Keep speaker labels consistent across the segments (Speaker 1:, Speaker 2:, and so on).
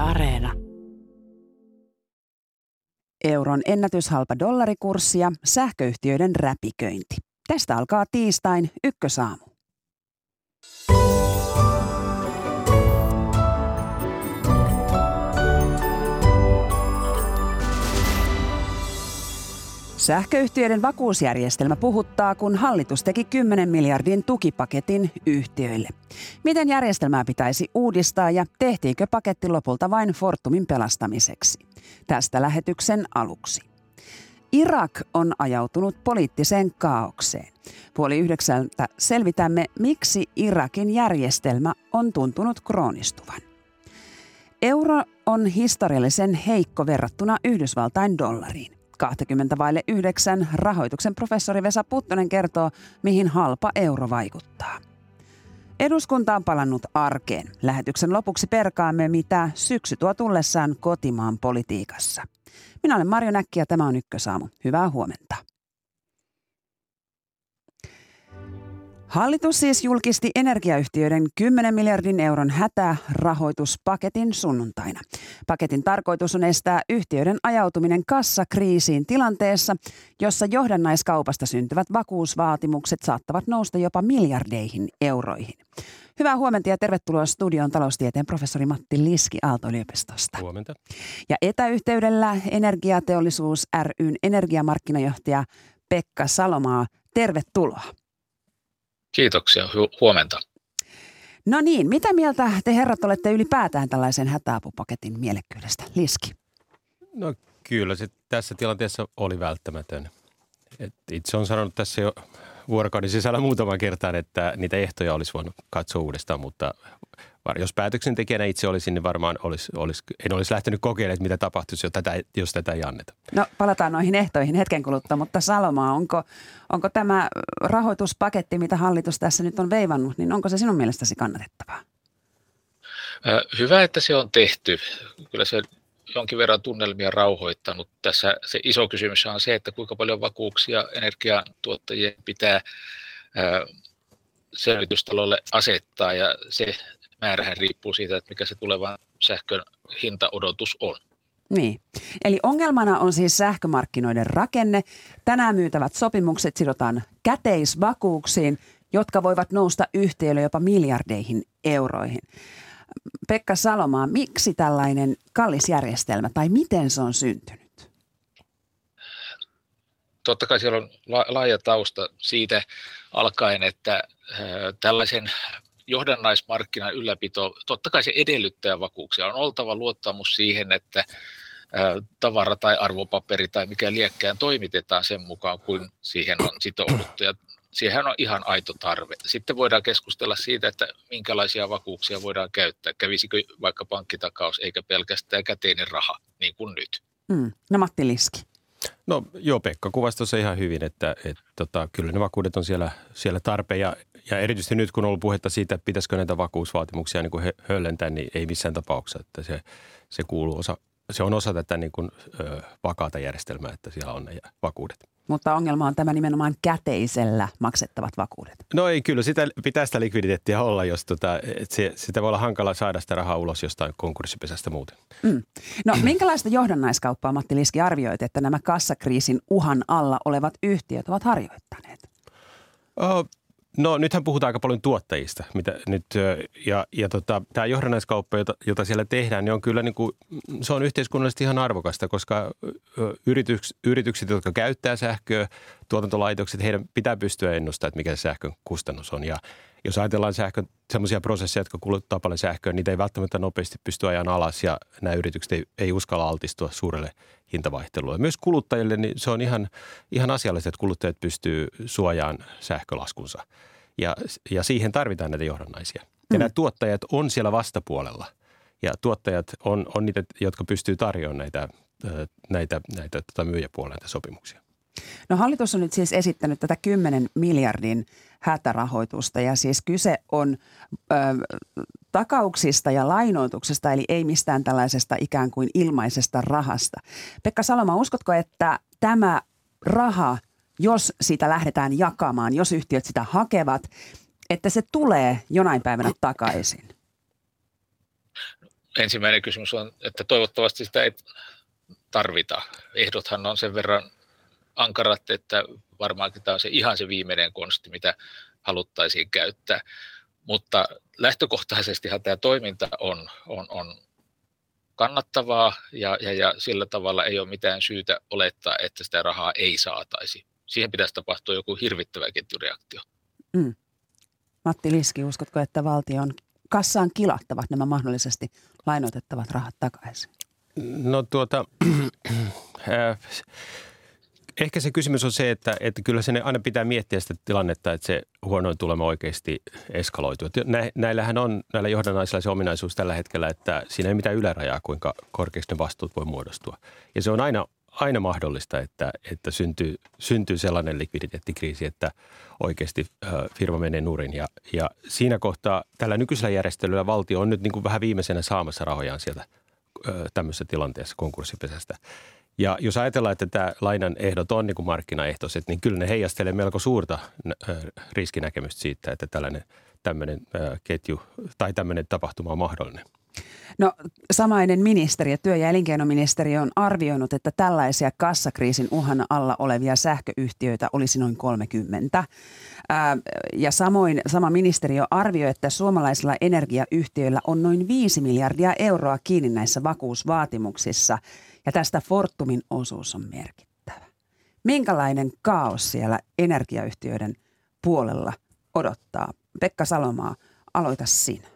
Speaker 1: Areena.
Speaker 2: Euron ennätyshalpa dollarikurssi ja sähköyhtiöiden räpiköinti. Tästä alkaa tiistain Ykkösaamu. Sähköyhtiöiden vakuusjärjestelmä puhuttaa, kun hallitus teki 10 miljardin tukipaketin yhtiöille. Miten järjestelmää pitäisi uudistaa ja tehtiinkö paketti lopulta vain Fortumin pelastamiseksi? Tästä lähetyksen aluksi. Irak on ajautunut poliittiseen kaaukseen. 8:30 selvitämme, miksi Irakin järjestelmä on tuntunut kroonistuvan. Euro on historiallisen heikko verrattuna Yhdysvaltain dollariin. 20 vaille 9 rahoituksen professori Vesa Puttonen kertoo, mihin halpa euro vaikuttaa. Eduskunta on palannut arkeen. Lähetyksen lopuksi perkaamme, mitä syksy tuo tullessaan kotimaan politiikassa. Minä olen Marjo Näkki ja tämä on Ykkösaamu. Hyvää huomenta. Hallitus siis julkisti energiayhtiöiden 10 miljardin euron hätärahoituspaketin sunnuntaina. Paketin tarkoitus on estää yhtiöiden ajautuminen kassakriisiin tilanteessa, jossa johdannaiskaupasta syntyvät vakuusvaatimukset saattavat nousta jopa miljardeihin euroihin. Hyvää huomenta ja tervetuloa studioon taloustieteen professori Matti Liski Aalto-yliopistosta.
Speaker 3: Huomenta.
Speaker 2: Ja etäyhteydellä Energiateollisuus ry:n energiamarkkinajohtaja Pekka Salomaa, tervetuloa.
Speaker 4: Kiitoksia, huomenta.
Speaker 2: No niin, mitä mieltä te herrat olette ylipäätään tällaisen hätäapupaketin mielekkyydestä? Liski.
Speaker 3: No kyllä se tässä tilanteessa oli välttämätön. Itse olen sanonut tässä jo vuorokauden sisällä muutaman kertaan, että niitä ehtoja olisi voinut katsoa uudestaan, mutta jos päätöksentekijänä itse olisin, niin varmaan en olisi lähtenyt kokeilemaan, mitä tapahtuisi, jos tätä ei anneta.
Speaker 2: No palataan noihin ehtoihin hetken kuluttua, mutta Salomaa, onko tämä rahoituspaketti, mitä hallitus tässä nyt on veivannut, niin onko se sinun mielestäsi kannatettavaa?
Speaker 4: Hyvä, että se on tehty. Kyllä se jonkin verran tunnelmia rauhoittanut. Tässä se iso kysymys on se, että kuinka paljon vakuuksia energiatuottajien pitää selvitystalolle asettaa, ja se määrähän riippuu siitä, että mikä se tulevan sähkön hintaodotus on.
Speaker 2: Niin. Eli ongelmana on siis sähkömarkkinoiden rakenne. Tänään myytävät sopimukset sidotaan käteisvakuuksiin, jotka voivat nousta yhtiöille jopa miljardeihin euroihin. Pekka Salomaa, miksi tällainen kallis järjestelmä tai miten se on syntynyt?
Speaker 4: Totta kai siellä on laaja tausta siitä alkaen, että tällaisen johdannaismarkkinan ylläpito, totta kai se edellyttää vakuuksia. On oltava luottamus siihen, että tavara tai arvopaperi tai mikä liekkään toimitetaan sen mukaan, kuin siihen on sitouduttu. Ja siihen on ihan aito tarve. Sitten voidaan keskustella siitä, että minkälaisia vakuuksia voidaan käyttää. Kävisikö vaikka pankkitakaus eikä pelkästään käteinen raha, niin kuin nyt.
Speaker 2: No Matti Liski.
Speaker 3: No joo, Pekka kuvasi tuossa ihan hyvin, että kyllä ne vakuudet on siellä tarpeen ja erityisesti nyt kun on ollut puhetta siitä, että pitäisikö näitä vakuusvaatimuksia niin kuin höllentää, niin ei missään tapauksessa, että se on osa tätä niin kuin vakaata järjestelmää, että siellä on ne vakuudet.
Speaker 2: Mutta ongelma on tämä nimenomaan käteisellä maksettavat vakuudet.
Speaker 3: No ei, kyllä pitää sitä likviditeettiä olla, jos sitä voi olla hankala saada sitä rahaa ulos jostain konkurssipesästä muuten.
Speaker 2: No minkälaista johdannaiskauppaa, Matti Liski, arvioit, että nämä kassakriisin uhan alla olevat yhtiöt ovat harjoittaneet?
Speaker 3: No nythän puhutaan aika paljon tuottajista, tämä johdannaiskauppa, jota siellä tehdään, niin on kyllä niin kuin, se on yhteiskunnallisesti ihan arvokasta, koska yritykset, jotka käyttää sähköä, tuotantolaitokset, heidän pitää pystyä ennustamaan, että mikä se sähkön kustannus on. Ja jos ajatellaan semmoisia prosesseja, jotka kuluttaa paljon sähköä, niitä ei välttämättä nopeasti pysty ajan alas ja nämä yritykset ei uskalla altistua suurelle hintavaihtelulle. Myös kuluttajille niin se on ihan asiallista, että kuluttajat pystyy suojaamaan sähkölaskunsa ja siihen tarvitaan näitä johdannaisia. Ja nämä tuottajat on siellä vastapuolella ja tuottajat on niitä, jotka pystyy tarjoamaan näitä myyjäpuolella näitä sopimuksia.
Speaker 2: No hallitus on nyt siis esittänyt tätä 10 miljardin hätärahoitusta ja siis kyse on takauksista ja lainoituksesta, eli ei mistään tällaisesta ikään kuin ilmaisesta rahasta. Pekka Salomaa, uskotko, että tämä raha, jos sitä lähdetään jakamaan, jos yhtiöt sitä hakevat, että se tulee jonain päivänä takaisin?
Speaker 4: ensimmäinen kysymys on, että toivottavasti sitä ei tarvita. Ehdothan on sen verran ankarat, että varmaankin tämä on ihan se viimeinen konsti, mitä haluttaisiin käyttää. Mutta lähtökohtaisestihan tämä toiminta on kannattavaa ja sillä tavalla ei ole mitään syytä olettaa, että sitä rahaa ei saataisi. Siihen pitäisi tapahtua joku hirvittävä ketjureaktio.
Speaker 2: Matti Liski, uskotko, että valtion kassaan kilattavat nämä mahdollisesti lainoitettavat rahat takaisin?
Speaker 3: No ehkä se kysymys on se, että kyllä sen aina pitää miettiä sitä tilannetta, että se huonoin tulema oikeasti eskaloituu. Näillä johdannaisilla se ominaisuus tällä hetkellä, että siinä ei mitään ylärajaa, kuinka korkeasti ne vastuut voi muodostua. Ja se on aina mahdollista, että syntyy sellainen likviditeettikriisi, että oikeasti firma menee nurin. Ja siinä kohtaa tällä nykyisellä järjestelyllä valtio on nyt niin kuin vähän viimeisenä saamassa rahojaan sieltä tämmöisessä tilanteessa konkurssipesästä. Ja jos ajatellaan, että tämä lainan ehdot on niin kuin markkinaehtoiset, niin kyllä ne heijastelee melko suurta riskinäkemystä siitä, että tämmöinen ketju tai tämmöinen tapahtuma on mahdollinen.
Speaker 2: No samainen ministeriö, työ- ja elinkeinoministeriö on arvioinut, että tällaisia kassakriisin uhan alla olevia sähköyhtiöitä olisi noin 30. Ja sama ministeriö arvioi, että suomalaisilla energiayhtiöillä on noin 5 miljardia euroa kiinni näissä vakuusvaatimuksissa. Ja tästä Fortumin osuus on merkittävä. Minkälainen kaos siellä energiayhtiöiden puolella odottaa? Pekka Salomaa, aloita sinä.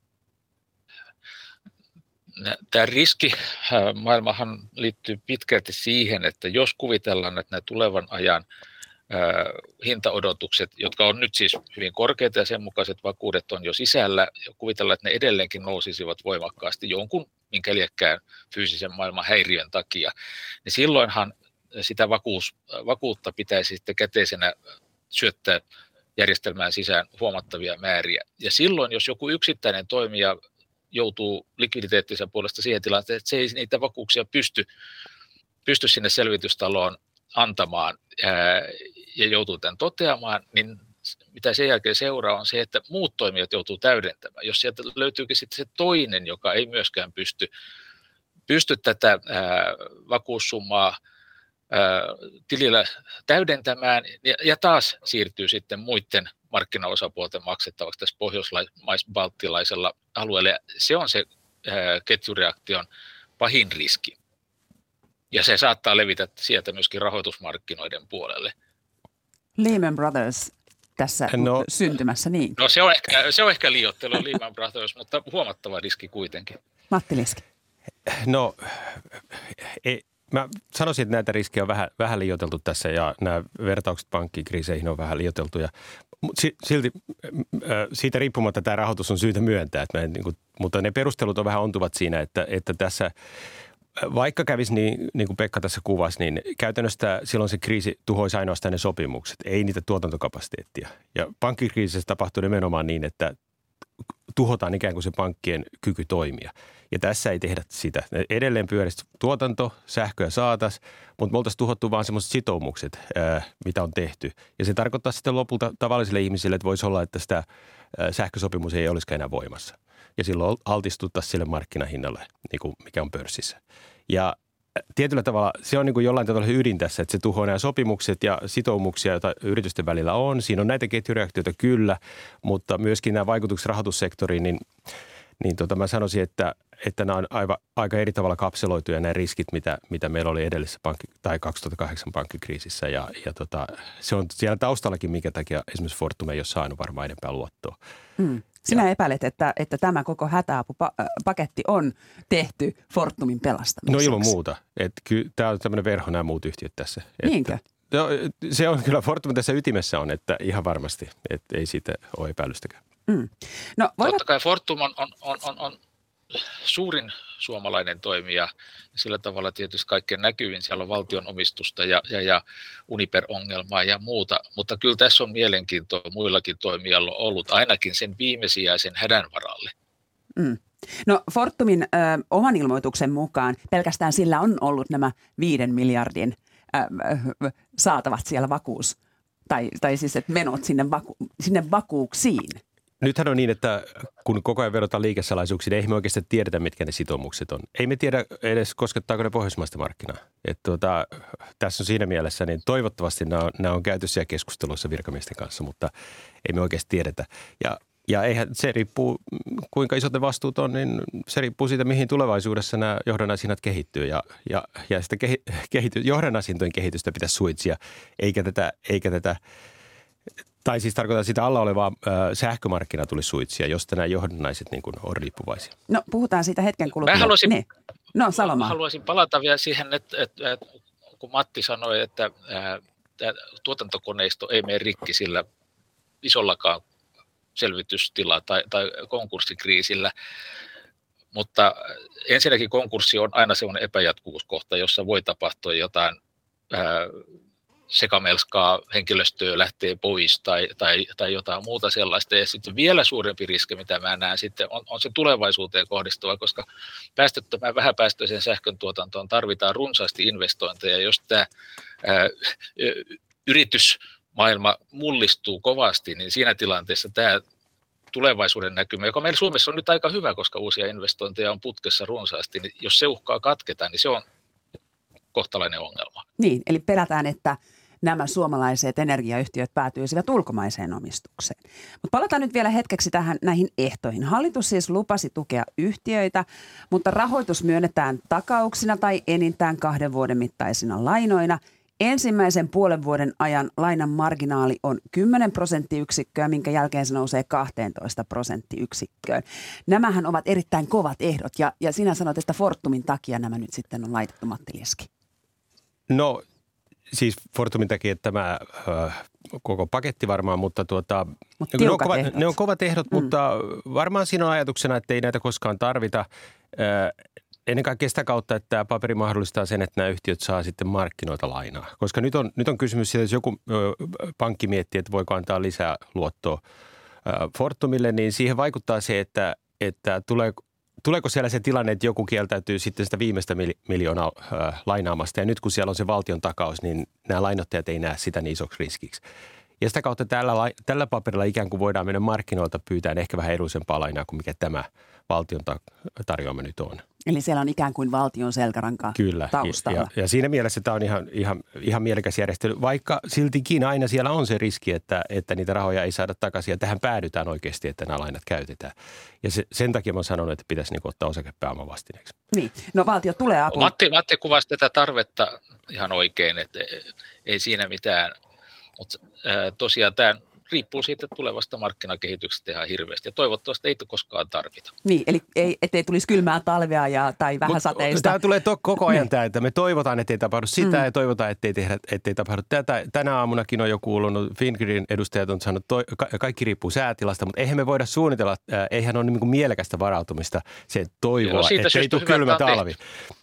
Speaker 4: Tämä riskimaailmahan liittyy pitkälti siihen, että jos kuvitellaan, että nämä tulevan ajan hintaodotukset, jotka on nyt siis hyvin korkeita ja sen mukaiset vakuudet on jo sisällä, ja kuvitellaan, että ne edelleenkin nousisivat voimakkaasti jonkun minkä liekkään fyysisen maailman häiriön takia, niin silloinhan sitä vakuutta pitäisi sitten käteisenä syöttää järjestelmään sisään huomattavia määriä. Ja silloin, jos joku yksittäinen toimija joutuu likviditeettinsä puolesta siihen tilanteeseen, että se ei niitä vakuuksia pysty sinne selvitystaloon antamaan ja joutuu tämän toteamaan, niin mitä sen jälkeen seuraa on se, että muut toimijat joutuu täydentämään. Jos sieltä löytyykin sitten se toinen, joka ei myöskään pysty tätä vakuussummaa tilillä täydentämään ja taas siirtyy sitten muiden markkinaosapuolten maksettavaksi tässä pohjois-balttilaisella alueella. Se on se ketjureaktion pahin riski. Ja se saattaa levitä sieltä myöskin rahoitusmarkkinoiden puolelle.
Speaker 2: Lehman Brothers tässä syntymässä, niin?
Speaker 4: No se on ehkä liioittelu Lehman Brothers, mutta huomattava riski kuitenkin.
Speaker 2: Matti Liski.
Speaker 3: No, mä sanoisin, että näitä riskejä on vähän liioiteltu tässä ja nämä vertaukset pankkikriiseihin on vähän liioiteltu. Silti siitä riippumatta tämä rahoitus on syytä myöntää, mutta ne perustelut on vähän ontuvat siinä, että tässä vaikka kävisi niin kuin Pekka tässä kuvasi, niin käytännössä silloin se kriisi tuhoisi ainoastaan ne sopimukset, ei niitä tuotantokapasiteettia. Ja pankkikriisissä tapahtuu nimenomaan niin, että tuhotaan ikään kuin se pankkien kyky toimia. Ja tässä ei tehdä sitä. Edelleen pyörisi tuotanto, sähköä saataisiin, mutta me oltaisiin tuhottu vaan semmoiset sitoumukset, mitä on tehty. Ja se tarkoittaa sitten lopulta tavallisille ihmisille, että voisi olla, että sitä sähkösopimus ei olisikaan enää voimassa. Ja silloin altistuttaisiin sille markkinahinnalle, niin kuin mikä on pörssissä. Ja tietyllä tavalla se on niin kuin jollain tavalla ydin tässä, että se tuhoaa nämä sopimukset ja sitoumuksia, joita yritysten välillä on. Siinä on näitä ketjureaktioita kyllä, mutta myöskin nämä vaikutukset rahoitussektoriin, niin mä sanoisin, että nämä on aika eri tavalla kapseloituja nämä riskit, mitä meillä oli edellisessä 2008 pankkikriisissä. Ja se on siellä taustallakin, minkä takia esimerkiksi Fortum ei ole saanut varmaan enempää luottoa.
Speaker 2: Sinä epäilet, että tämä koko hätäapupaketti on tehty Fortumin pelastamiseksi.
Speaker 3: No ilman muuta. Tämä on tämmöinen verho nämä muut yhtiöt tässä.
Speaker 2: Niinkö?
Speaker 3: Se on kyllä Fortum tässä ytimessä on, että ihan varmasti, että ei siitä ole epäilystäkään.
Speaker 2: No,
Speaker 4: totta kai Fortum on suurin suomalainen toimija, sillä tavalla tietysti kaikkein näkyvin, siellä on valtion omistusta ja Uniper-ongelmaa ja muuta, mutta kyllä tässä on mielenkiintoa muillakin toimijoilla ollut ainakin sen viimesijaisen hädän varalle.
Speaker 2: No Fortumin oman ilmoituksen mukaan pelkästään sillä on ollut nämä 5 miljardin saatavat siellä tai siis että menot sinne vakuuksiin.
Speaker 3: nythän on niin, että kun koko ajan vedotaan liikesalaisuuksiin, niin ei me oikeasti tiedetä, mitkä ne sitoumukset on. Ei me tiedä edes, koskettaako ne pohjoismaista markkinaa. Tässä on siinä mielessä, niin toivottavasti nämä on käyty siellä keskusteluissa virkamiesten kanssa, mutta ei me oikeasti tiedetä. Ja eihän se riippuu, kuinka isot ne vastuut on, niin se riippuu siitä, mihin tulevaisuudessa nämä johdannaishinnat kehittyy. Ja sitä johdannaisintojen kehitystä pitäisi suitsia, eikä tätä tai siis tarkoitan sitä alla olevaa sähkömarkkinaa tulisi suitsia, josta nämä johdannaiset niin kuin on riippuvaisia.
Speaker 2: No puhutaan siitä hetken kuluttua.
Speaker 4: Mä haluaisin palata vielä siihen, että kun Matti sanoi, että tuotantokoneisto ei mene rikki sillä isollakaan selvitystila tai konkurssikriisillä, mutta ensinnäkin konkurssi on aina sellainen epäjatkuvuuskohta, jossa voi tapahtua jotain sekamelskaa, henkilöstöä lähtee pois tai jotain muuta sellaista. Ja sitten vielä suurempi riski, mitä mä näen sitten, on se tulevaisuuteen kohdistuva, koska päästöttömään vähäpäästöisen sähkön tuotantoon tarvitaan runsaasti investointeja. Jos tämä yritysmaailma mullistuu kovasti, niin siinä tilanteessa tämä tulevaisuuden näkymä, joka meillä Suomessa on nyt aika hyvä, koska uusia investointeja on putkessa runsaasti, niin jos se uhkaa katketa, niin se on kohtalainen ongelma.
Speaker 2: Niin, eli pelätään, että nämä suomalaiset energiayhtiöt päätyisivät ulkomaiseen omistukseen. Mutta palataan nyt vielä hetkeksi näihin ehtoihin. Hallitus siis lupasi tukea yhtiöitä, mutta rahoitus myönnetään takauksina tai enintään 2 vuoden mittaisina lainoina. Ensimmäisen puolen vuoden ajan lainan marginaali on 10 prosenttiyksikköä, minkä jälkeen se nousee 12 prosenttiyksikköön. Nämähän ovat erittäin kovat ehdot ja sinä sanot, että Fortumin takia nämä nyt sitten on laitettu, Matti Lieski.
Speaker 3: No siis Fortumin takia tämä koko paketti varmaan, mutta ne on kovat ehdot, mutta varmaan siinä on ajatuksena, että ei näitä koskaan tarvita. Ennen kaikkea sitä kautta, että tämä paperi mahdollistaa sen, että nämä yhtiöt saa sitten markkinoilta lainaa. Koska nyt on kysymys siitä, että jos joku pankki miettii, että voiko antaa lisää luottoa Fortumille, niin siihen vaikuttaa se, että tuleeko siellä se tilanne, että joku kieltäytyy sitten sitä viimeistä miljoonaa lainaamasta. Ja nyt kun siellä on se valtion takaus, niin nämä lainottajat ei näe sitä niin isoksi riskiksi. Ja sitä kautta tällä paperilla ikään kuin voidaan mennä markkinoilta pyytään ehkä vähän edullisempaa lainaa kuin mikä tämä valtion tarjoama nyt on. Eli
Speaker 2: siellä on ikään kuin valtion selkäranka taustalla.
Speaker 3: Kyllä, ja siinä mielessä tämä on ihan mielekäs järjestely, vaikka siltikin aina siellä on se riski, että niitä rahoja ei saada takaisin ja tähän päädytään oikeasti, että nämä lainat käytetään. Ja sen takia mä sanon, että pitäisi ottaa osakepääoman vastineeksi.
Speaker 2: Niin, no valtio tulee apuun.
Speaker 4: Matti kuvasi tätä tarvetta ihan oikein, että ei siinä mitään, mutta tosiaan tämä riippuu siitä tulevasta markkinakehityksestä ihan hirveästi. Ja toivottavasti ei koskaan tarvita.
Speaker 2: Niin, eli ettei tulisi kylmää talvea tai vähän sateista.
Speaker 3: Tämä tulee koko ajan tämä, että me toivotaan, ettei tapahdu sitä ja toivotaan, ettei tapahdu tätä. Tänä aamunakin on jo kuulunut, Fingridin edustajat on sanonut, kaikki riippuu säätilasta, mutta eihän me voida suunnitella, eihän ole niin kuin mielekästä varautumista se toivoa, ettei tule kylmä talvi.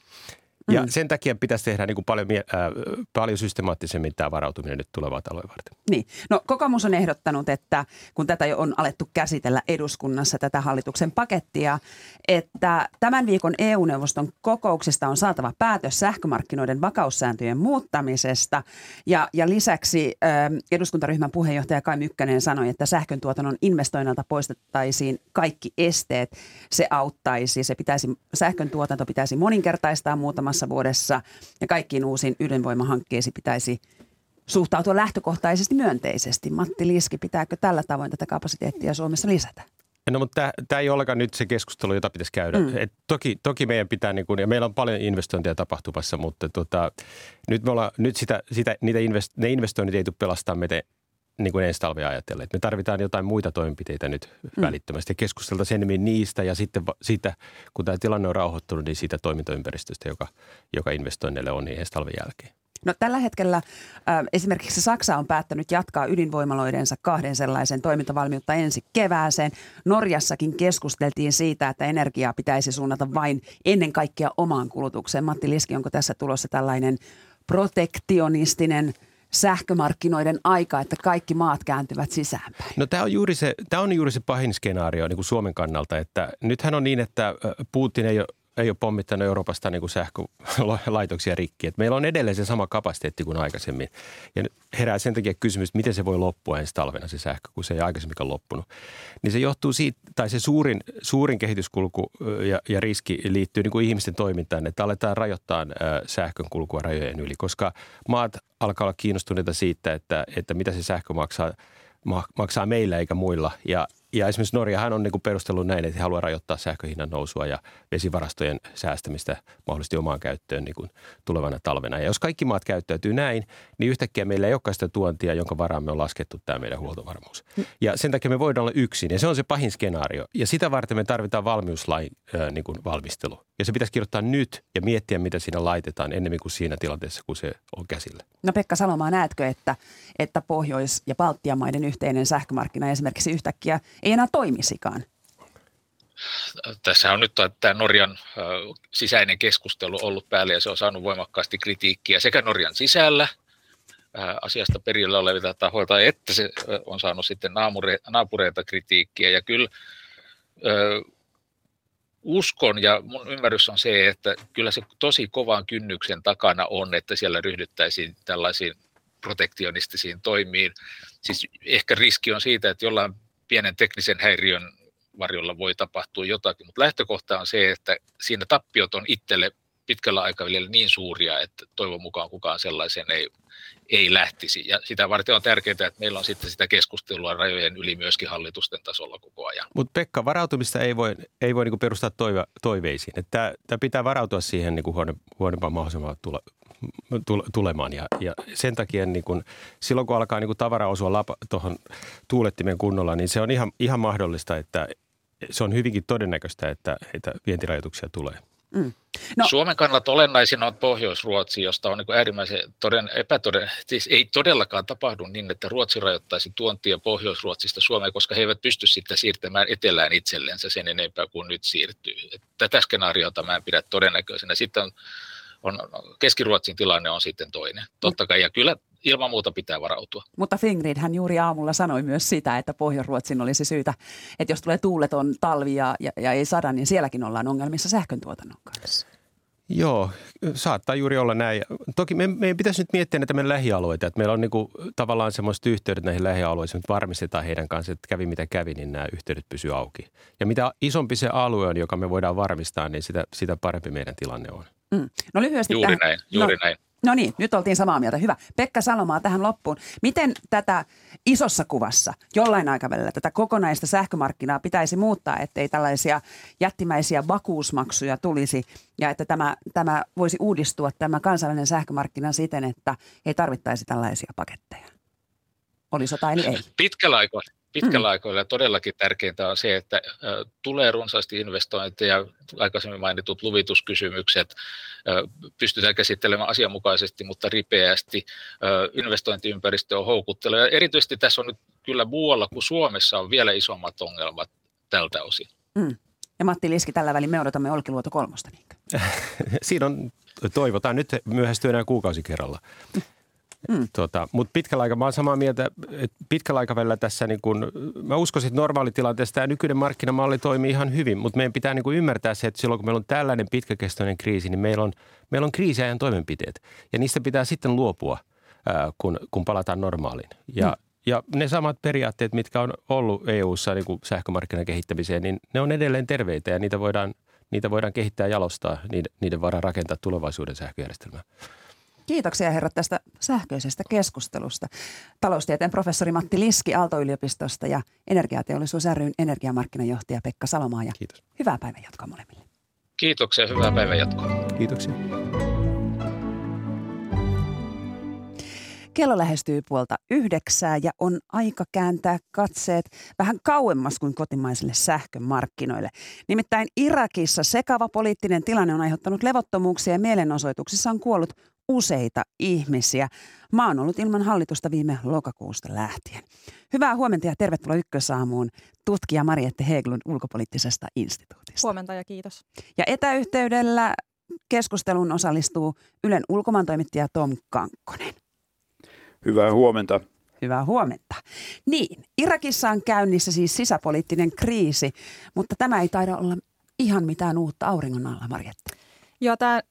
Speaker 3: Ja sen takia pitäisi tehdä niin kuin paljon systemaattisemmin tämä varautuminen nyt tulevaa talven varten.
Speaker 2: Niin. No kokoomus on ehdottanut, että kun tätä jo on alettu käsitellä eduskunnassa, tätä hallituksen pakettia, että tämän viikon EU-neuvoston kokouksesta on saatava päätös sähkömarkkinoiden vakaussääntöjen muuttamisesta. Ja lisäksi eduskuntaryhmän puheenjohtaja Kai Mykkänen sanoi, että sähköntuotannon investoinnilta poistettaisiin kaikki esteet. Se auttaisi, sähköntuotanto pitäisi moninkertaistaa muutamassa vuodessa ja kaikkiin uusiin ydinvoimahankkeisiin pitäisi suhtautua lähtökohtaisesti myönteisesti. Matti Lieski, pitääkö tällä tavoin tätä kapasiteettia Suomessa lisätä?
Speaker 3: No, mutta tämä ei olekaan nyt se keskustelu, jota pitäisi käydä. Toki meidän pitää, ja meillä on paljon investointeja tapahtumassa, mutta ne investoinnit ei tule pelastaa meitä niin kuin ensi talvea ajatellen. Me tarvitaan jotain muita toimenpiteitä nyt välittömästi ja keskusteltaisiin enemmän niistä ja sitten siitä, kun tämä tilanne on rauhoittunut, niin siitä toimintaympäristöstä, joka investoinneille on niin ensi talven jälkeen.
Speaker 2: No tällä hetkellä esimerkiksi Saksa on päättänyt jatkaa ydinvoimaloidensa 2 sellaisen toimintavalmiutta ensi kevääseen. Norjassakin keskusteltiin siitä, että energiaa pitäisi suunnata vain ennen kaikkea omaan kulutukseen. Matti Lieski, onko tässä tulossa tällainen protektionistinen sähkömarkkinoiden aika, että kaikki maat kääntyvät sisäänpäin?
Speaker 3: No tämä on juuri se pahin skenaario niin kuin Suomen kannalta, että nythän on niin, että Putin ei ole ole pommittanut Euroopasta niin kuin sähkölaitoksia rikki. Et meillä on edelleen se sama kapasiteetti kuin aikaisemmin. Ja herää sen takia kysymys, miten se voi loppua ensi talvena se sähkö, kun se ei aikaisemminkaan loppunut. Niin se johtuu siitä, tai se suurin kehityskulku ja riski liittyy niin kuin ihmisten toimintaan, että aletaan rajoittaa sähkön kulkua rajojen yli, koska maat alkaa olla kiinnostuneita siitä, että mitä se sähkö maksaa meillä eikä muilla. Ja esimerkiksi Norjahan on niin kuin perustellut näin, että he haluaa rajoittaa sähköhinnan nousua ja vesivarastojen säästämistä mahdollisesti omaan käyttöön niin kuin tulevana talvena. Ja jos kaikki maat käyttäytyy näin, niin yhtäkkiä meillä ei olekaan sitä tuontia, jonka varaan me on laskettu tämä meidän huoltovarmuus. Ja sen takia me voidaan olla yksin. Ja se on se pahin skenaario. Ja sitä varten me tarvitaan valmiuslain niin kuin valmistelu. Ja se pitäisi kirjoittaa nyt ja miettiä, mitä siinä laitetaan ennemmin kuin siinä tilanteessa, kun se on käsillä.
Speaker 2: No Pekka Salomaa, näetkö, että Pohjois- ja Baltian maiden yhteinen sähkömarkkina esimerkiksi yhtäkkiä ei enää toimisikaan?
Speaker 4: Tässä on nyt tämä Norjan sisäinen keskustelu ollut päällä ja se on saanut voimakkaasti kritiikkiä sekä Norjan sisällä asiasta perillä olevilta tahoilta, että se on saanut sitten naapureilta kritiikkiä. Ja kyllä uskon ja mun ymmärrys on se, että kyllä se tosi kovan kynnyksen takana on, että siellä ryhdyttäisiin tällaisiin protektionistisiin toimiin. Siis ehkä riski on siitä, että jollain pienen teknisen häiriön varjolla voi tapahtua jotakin, mutta lähtökohta on se, että siinä tappiot on itselle pitkällä aikavälillä niin suuria, että toivon mukaan kukaan sellaisen ei lähtisi. Ja sitä varten on tärkeää, että meillä on sitten sitä keskustelua rajojen yli myöskin hallitusten tasolla koko ajan.
Speaker 3: Mutta Pekka, varautumista ei voi niinku perustaa toiveisiin. Tämä pitää varautua siihen niinku huonompaan mahdollisimman tulemaan. Ja sen takia niinku, silloin, kun alkaa niinku tavara osua tuohon tuulettimen kunnolla, niin se on ihan mahdollista, että se on hyvinkin todennäköistä, että vientirajoituksia tulee.
Speaker 4: No. Suomen kannalta olennaisin on Pohjois-Ruotsi, josta on niin äärimmäisen siis ei todellakaan tapahdu niin, että Ruotsi rajoittaisi tuontia Pohjois-Ruotsista Suomeen, koska he eivät pysty sitä siirtämään etelään itsellensä sen enempää kuin nyt siirtyy. Tätä skenaariota mä en pidä todennäköisenä. Sitten on Keski-Ruotsin tilanne on sitten toinen. Totta kai, ja kyllä ilman muuta pitää varautua.
Speaker 2: Mutta Fingrid hän juuri aamulla sanoi myös sitä, että Pohjois-Ruotsin olisi syytä, että jos tulee tuuleton talvi ja ei sada, niin sielläkin ollaan ongelmissa sähköntuotannon kanssa.
Speaker 3: Joo, saattaa juuri olla näin. Toki meidän pitäisi nyt miettiä näitä meidän lähialueita, että meillä on niinku tavallaan semmoiset yhteydet näihin lähialueisiin, että varmistetaan heidän kanssa, että kävi mitä kävi, niin nämä yhteydet pysyy auki. Ja mitä isompi se alue on, joka me voidaan varmistaa, niin sitä parempi meidän tilanne on.
Speaker 2: No lyhyesti
Speaker 4: juuri näin.
Speaker 2: No niin, nyt oltiin samaa mieltä. Hyvä. Pekka Salomaa tähän loppuun. Miten tätä isossa kuvassa jollain aikavälillä tätä kokonaista sähkömarkkinaa pitäisi muuttaa, ettei tällaisia jättimäisiä vakuusmaksuja tulisi ja että tämä voisi uudistua tämä kansainvälinen sähkömarkkina siten, että ei tarvittaisi tällaisia paketteja? Oli sota eli ei?
Speaker 4: Pitkällä aikavälillä todellakin tärkeintä on se, että tulee runsaasti investointeja, aikaisemmin mainitut luvituskysymykset, pystytään käsittelemään asianmukaisesti, mutta ripeästi. Investointiympäristö on houkutteleva. Erityisesti tässä on nyt kyllä muualla kuin Suomessa on vielä isommat ongelmat tältä osin.
Speaker 2: Ja Matti Liski, tällä välin me odotamme Olkiluoto 3.
Speaker 3: Siinä on, toivotaan nyt myöhästyy enää kuukausi kerralla. Mutta pitkällä aikavälillä, mä oon samaa mieltä, että pitkällä aikavälillä tässä niin kun, mä uskoisin, että normaalitilanteessa tämä nykyinen markkinamalli toimii ihan hyvin, mutta meidän pitää niin kun ymmärtää se, että silloin kun meillä on tällainen pitkäkestoinen kriisi, niin meillä on kriisiajan toimenpiteet ja niistä pitää sitten luopua, kun palataan normaaliin. Ja ne samat periaatteet, mitkä on ollut EU:ssa niin kuin sähkömarkkinan kehittämiseen, niin ne on edelleen terveitä ja niitä voidaan kehittää ja jalostaa, niiden varaan rakentaa tulevaisuuden sähköjärjestelmää.
Speaker 2: Kiitoksia herrat tästä sähköisestä keskustelusta. Taloustieteen professori Matti Liski Aalto-yliopistosta ja Energiateollisuus ry:n energiamarkkinajohtaja Pekka Salomaa. Ja
Speaker 3: kiitos.
Speaker 2: Hyvää päivänjatkoa molemmille.
Speaker 4: Kiitoksia, hyvää päivänjatkoa.
Speaker 3: Kiitoksia.
Speaker 2: Kello lähestyy 8:30 ja on aika kääntää katseet vähän kauemmas kuin kotimaisille sähkömarkkinoille. Nimittäin Irakissa sekava poliittinen tilanne on aiheuttanut levottomuuksia ja mielenosoituksissa on kuollut useita ihmisiä. Maa on ollut ilman hallitusta viime lokakuusta lähtien. Hyvää huomenta ja tervetuloa Ykkösaamuun tutkija Mariette Hägglund ulkopoliittisesta instituutista.
Speaker 1: Huomenta ja kiitos.
Speaker 2: Ja etäyhteydellä keskusteluun osallistuu Ylen ulkomaantoimittaja Tom Kankkonen.
Speaker 5: Hyvää huomenta.
Speaker 2: Hyvää huomenta. Niin, Irakissa on käynnissä siis sisäpoliittinen kriisi, mutta tämä ei taida olla ihan mitään uutta auringon alla, Marjatta?
Speaker 1: Joo, tämä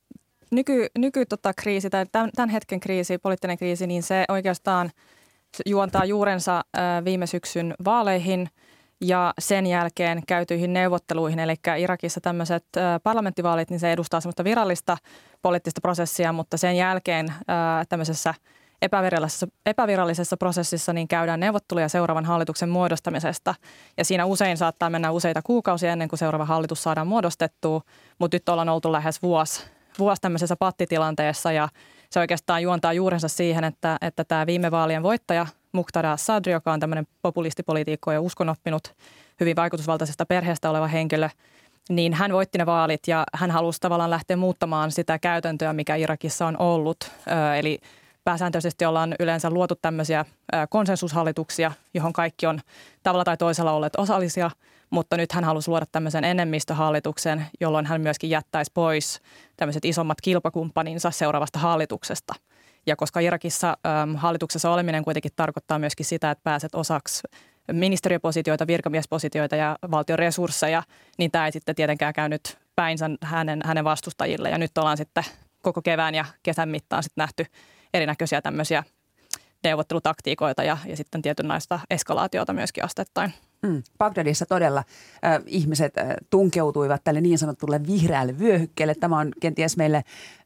Speaker 1: kriisi tai tämän hetken kriisi, poliittinen kriisi, niin se oikeastaan juontaa juurensa viime syksyn vaaleihin ja sen jälkeen käytyihin neuvotteluihin. Eli Irakissa tämmöiset parlamenttivaalit, niin se edustaa semmoista virallista poliittista prosessia, mutta sen jälkeen tämmöisessä epävirallisessa prosessissa niin käydään neuvotteluja seuraavan hallituksen muodostamisesta. Ja siinä usein saattaa mennä useita kuukausia ennen kuin seuraava hallitus saadaan muodostettua, mutta nyt ollaan oltu lähes vuosi tämmöisessä pattitilanteessa ja se oikeastaan juontaa juurensa siihen, että tämä viime vaalien voittaja Muqtada Sadri, joka on tämmöinen populistipoliitikko ja uskonoppinut, hyvin vaikutusvaltaisesta perheestä oleva henkilö, niin hän voitti ne vaalit ja hän halusi tavallaan lähteä muuttamaan sitä käytäntöä, mikä Irakissa on ollut. Eli pääsääntöisesti ollaan yleensä luotu tämmöisiä konsensushallituksia, johon kaikki on tavalla tai toisella olleet osallisia, mutta nyt hän halusi luoda tämmöisen enemmistöhallituksen, jolloin hän myöskin jättäisi pois tämmöiset isommat kilpakumppaninsa seuraavasta hallituksesta. Ja koska Irakissa hallituksessa oleminen kuitenkin tarkoittaa myöskin sitä, että pääset osaksi ministeriöpositioita, virkamiespositioita ja valtion resursseja, niin tämä ei sitten tietenkään käynyt päinsä hänen vastustajille. Ja nyt ollaan sitten koko kevään ja kesän mittaan sitten nähty erinäköisiä tämmöisiä neuvottelutaktiikoita ja sitten tietynlaista eskalaatiota myöskin asteittain.
Speaker 2: Bagdadissa todella ihmiset tunkeutuivat tälle niin sanotulle vihreälle vyöhykkeelle. Tämä on kenties meille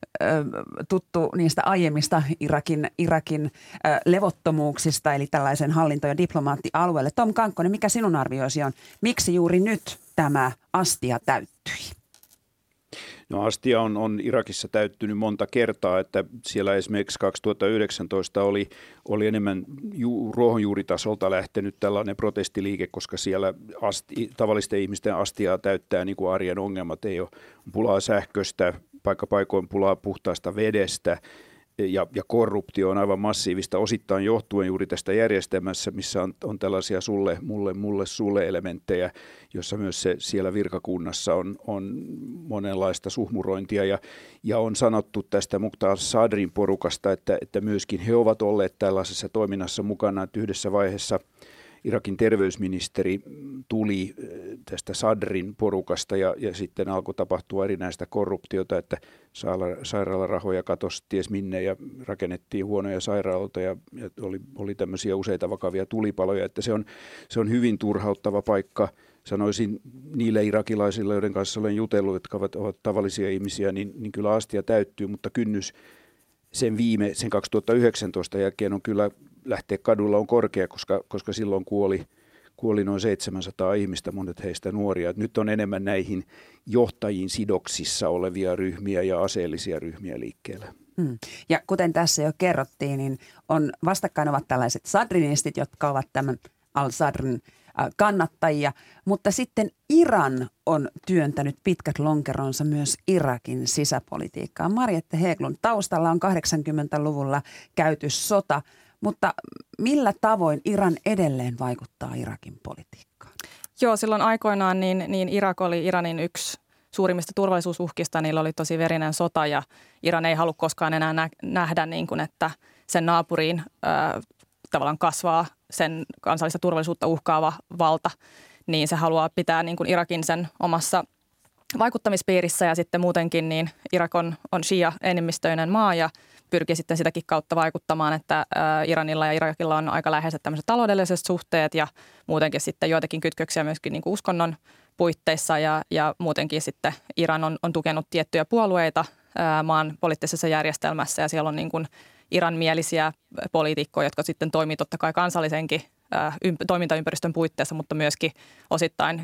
Speaker 2: tuttu niistä aiemmista Irakin levottomuuksista, eli tällaisen hallinto- ja diplomaattialueelle. Tom Kankkonen, mikä sinun arvioisi on? Miksi juuri nyt tämä astia täyttyi?
Speaker 5: No astia on Irakissa täyttynyt monta kertaa, että siellä esimerkiksi 2019 oli enemmän ruohonjuuritasolta lähtenyt tällainen protestiliike, koska siellä tavallisten ihmisten astiaa täyttää niin kuin arjen ongelmat. Ei ole pulaa sähköstä, paikkapaikoin pulaa puhtaasta vedestä ja korruptio on aivan massiivista osittain johtuen juuri tästä järjestelmässä, missä on tällaisia sulle elementtejä, jossa myös siellä virkakunnassa on monenlaista suhmurointia ja on sanottu tästä Muqtada Sadrin porukasta, että myöskin he ovat olleet tällaisessa toiminnassa mukana, että yhdessä vaiheessa Irakin terveysministeri tuli tästä Sadrin porukasta ja sitten alkoi tapahtua erinäistä korruptiota, että sairaalarahoja katosi ties minne ja rakennettiin huonoja sairaaloita ja oli tämmöisiä useita vakavia tulipaloja, että se on hyvin turhauttava paikka. Sanoisin niille irakilaisille, joiden kanssa olen jutellut, jotka ovat tavallisia ihmisiä, niin kyllä astia täyttyy, mutta kynnys sen 2019 jälkeen on kyllä lähteä kadulla on korkea, koska silloin kuoli noin 700 ihmistä, monet heistä nuoria. Nyt on enemmän näihin johtajiin sidoksissa olevia ryhmiä ja aseellisia ryhmiä liikkeellä.
Speaker 2: Ja kuten tässä jo kerrottiin, niin vastakkain ovat tällaiset sadrinistit, jotka ovat tämän al-Sadrin kannattajia, mutta sitten Iran on työntänyt pitkät lonkeronsa myös Irakin sisäpolitiikkaan. Marjatta Hägglund, taustalla on 80-luvulla käyty sota, mutta millä tavoin Iran edelleen vaikuttaa Irakin politiikkaan? Joo,
Speaker 1: silloin aikoinaan niin Irak oli Iranin yksi suurimmista turvallisuusuhkista. Niillä oli tosi verinen sota ja Iran ei halua koskaan enää nähdä, niin kuin, että sen naapuriin tavallaan kasvaa sen kansallista turvallisuutta uhkaava valta. Niin se haluaa pitää niin kuin Irakin sen omassa vaikuttamispiirissä ja sitten muutenkin niin Irak on shia-enemmistöinen maa ja pyrkii sitten sitäkin kautta vaikuttamaan, että Iranilla ja Irakilla on aika läheiset tämmöiset taloudelliset suhteet ja muutenkin sitten joitakin kytköksiä myöskin niin kuin uskonnon puitteissa ja muutenkin sitten Iran on tukenut tiettyjä puolueita maan poliittisessa järjestelmässä ja siellä on niin kuin Iran-mielisiä poliitikkoja, jotka sitten toimii totta kai kansallisenkin toimintaympäristön puitteissa, mutta myöskin osittain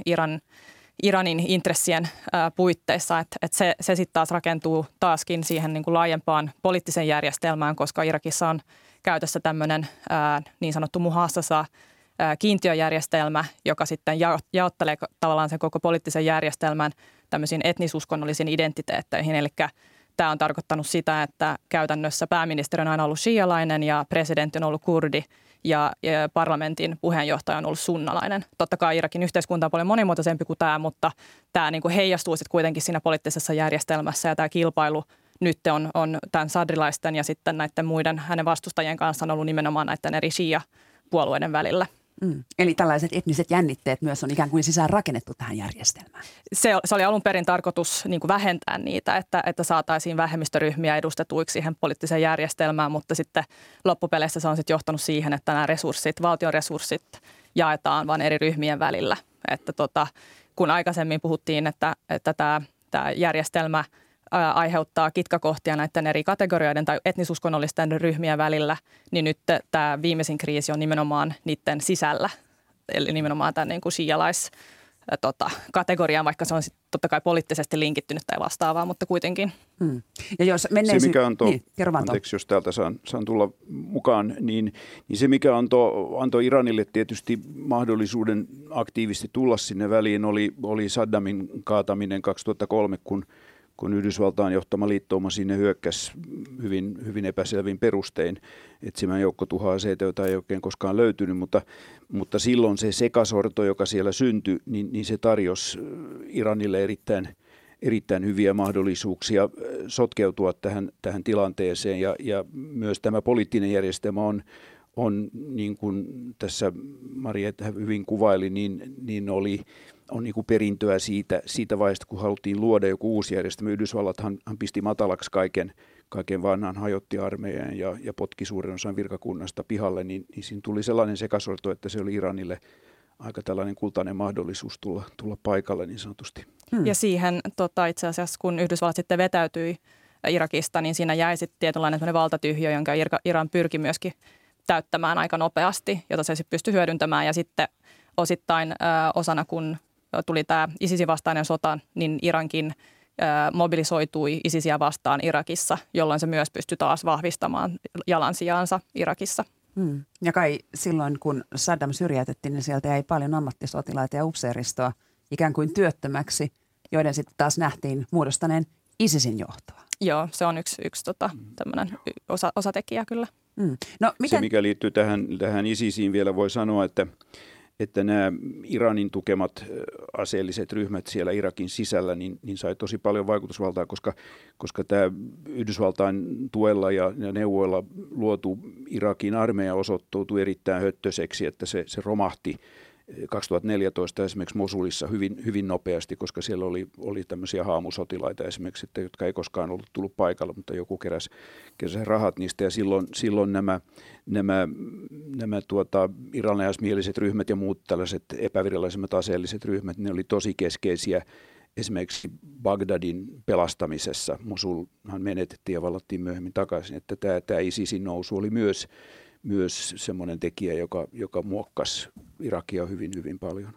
Speaker 1: Iranin intressien puitteissa, että se sitten taas rakentuu taaskin siihen niin kuin laajempaan poliittiseen järjestelmään, koska Irakissa on käytössä tämmöinen niin sanottu muhassasa kiintiöjärjestelmä, joka sitten jaottelee tavallaan sen koko poliittisen järjestelmän tämmöisiin etnisuskonnollisiin identiteetteihin, eli tämä on tarkoittanut sitä, että käytännössä pääministeri on aina ollut shialainen ja presidentti on ollut kurdi ja parlamentin puheenjohtaja on ollut sunnalainen. Totta kai Irakin yhteiskunta on paljon monimuotoisempi kuin tämä, mutta tämä niin kuin heijastuu sitten kuitenkin siinä poliittisessa järjestelmässä ja tämä kilpailu nyt on tämän sadrilaisten ja sitten näiden muiden hänen vastustajien kanssa on ollut nimenomaan näiden eri shia-puolueiden välillä.
Speaker 2: Eli tällaiset etniset jännitteet myös on ikään kuin sisään rakennettu tähän järjestelmään.
Speaker 1: Se oli alun perin tarkoitus niin kuin vähentää niitä, että saataisiin vähemmistöryhmiä edustetuiksi siihen poliittiseen järjestelmään, mutta sitten loppupeleissä se on sitten johtanut siihen, että nämä resurssit, valtion resurssit jaetaan vain eri ryhmien välillä. Että kun aikaisemmin puhuttiin, että tämä järjestelmä aiheuttaa kitkakohtia näiden eri kategorioiden tai etnisuskonnollisten ryhmien välillä, niin nyt tämä viimeisin kriisi on nimenomaan niiden sisällä. Eli nimenomaan tämän niin kuin kategoriaan, vaikka se on sit totta kai poliittisesti linkittynyt tai vastaavaa, mutta kuitenkin.
Speaker 2: Ja jos
Speaker 5: se, mikä anteeksi, jos täältä saan tulla mukaan, niin se, mikä antoi Iranille tietysti mahdollisuuden aktiivisesti tulla sinne väliin, oli Saddamin kaataminen 2003, kun Yhdysvaltain johtama liittouma sinne hyökkäsi hyvin epäselvin perustein etsimään joukkotuhoaseita, joita ei oikein koskaan löytynyt, mutta silloin se sekasorto, joka siellä syntyi, niin se tarjosi Iranille erittäin hyviä mahdollisuuksia sotkeutua tähän tilanteeseen ja myös tämä poliittinen järjestelmä on niin kuin tässä Marietta hyvin kuvaili, niin on niin kuin perintöä siitä vaiheesta, kun haluttiin luoda joku uusi järjestelmä. Yhdysvallathan pisti matalaksi kaiken vanhan, hajotti armeijan ja potki suuren osan virkakunnasta pihalle, niin siinä tuli sellainen sekasorto, että se oli Iranille aika tällainen kultainen mahdollisuus tulla paikalle niin sanotusti.
Speaker 1: Ja siihen itse asiassa, kun Yhdysvallat sitten vetäytyi Irakista, niin siinä jäi sitten tietynlainen valtatyhjö, jonka Iran pyrki myöskin täyttämään aika nopeasti, jota se sitten pystyi hyödyntämään. Ja sitten osittain osana, kun tuli tämä ISISin vastainen sota, niin Irankin mobilisoitui ISISiä vastaan Irakissa, jolloin se myös pystyi taas vahvistamaan jalansijaansa Irakissa.
Speaker 2: Ja kai silloin, kun Saddam syrjäytettiin, niin sieltä jäi paljon ammattisotilaita ja upseeristoa ikään kuin työttömäksi, joiden sitten taas nähtiin muodostaneen ISISin johtoa.
Speaker 1: Joo, se on yksi tämmöinen osatekijä kyllä.
Speaker 2: No,
Speaker 5: se, mikä liittyy tähän ISISiin vielä voi sanoa, että nämä Iranin tukemat aseelliset ryhmät siellä Irakin sisällä niin sai tosi paljon vaikutusvaltaa, koska tämä Yhdysvaltain tuella ja neuvoilla luotu Irakin armeija osoittautui erittäin höttöiseksi, että se romahti 2014 esimerkiksi Mosulissa hyvin nopeasti, koska siellä oli tämmöisiä haamusotilaita esimerkiksi, jotka ei koskaan ollut tullut paikalle, mutta joku keräsi rahat niistä ja silloin nämä iranilaismieliset ryhmät ja muut tällaiset epävirallisemmat aseelliset ryhmät, ne oli tosi keskeisiä esimerkiksi Bagdadin pelastamisessa. Mosulhan menetettiin ja vallattiin myöhemmin takaisin, että tämä ISISin nousu oli myös semmoinen tekijä, joka muokkasi Irakia hyvin paljon.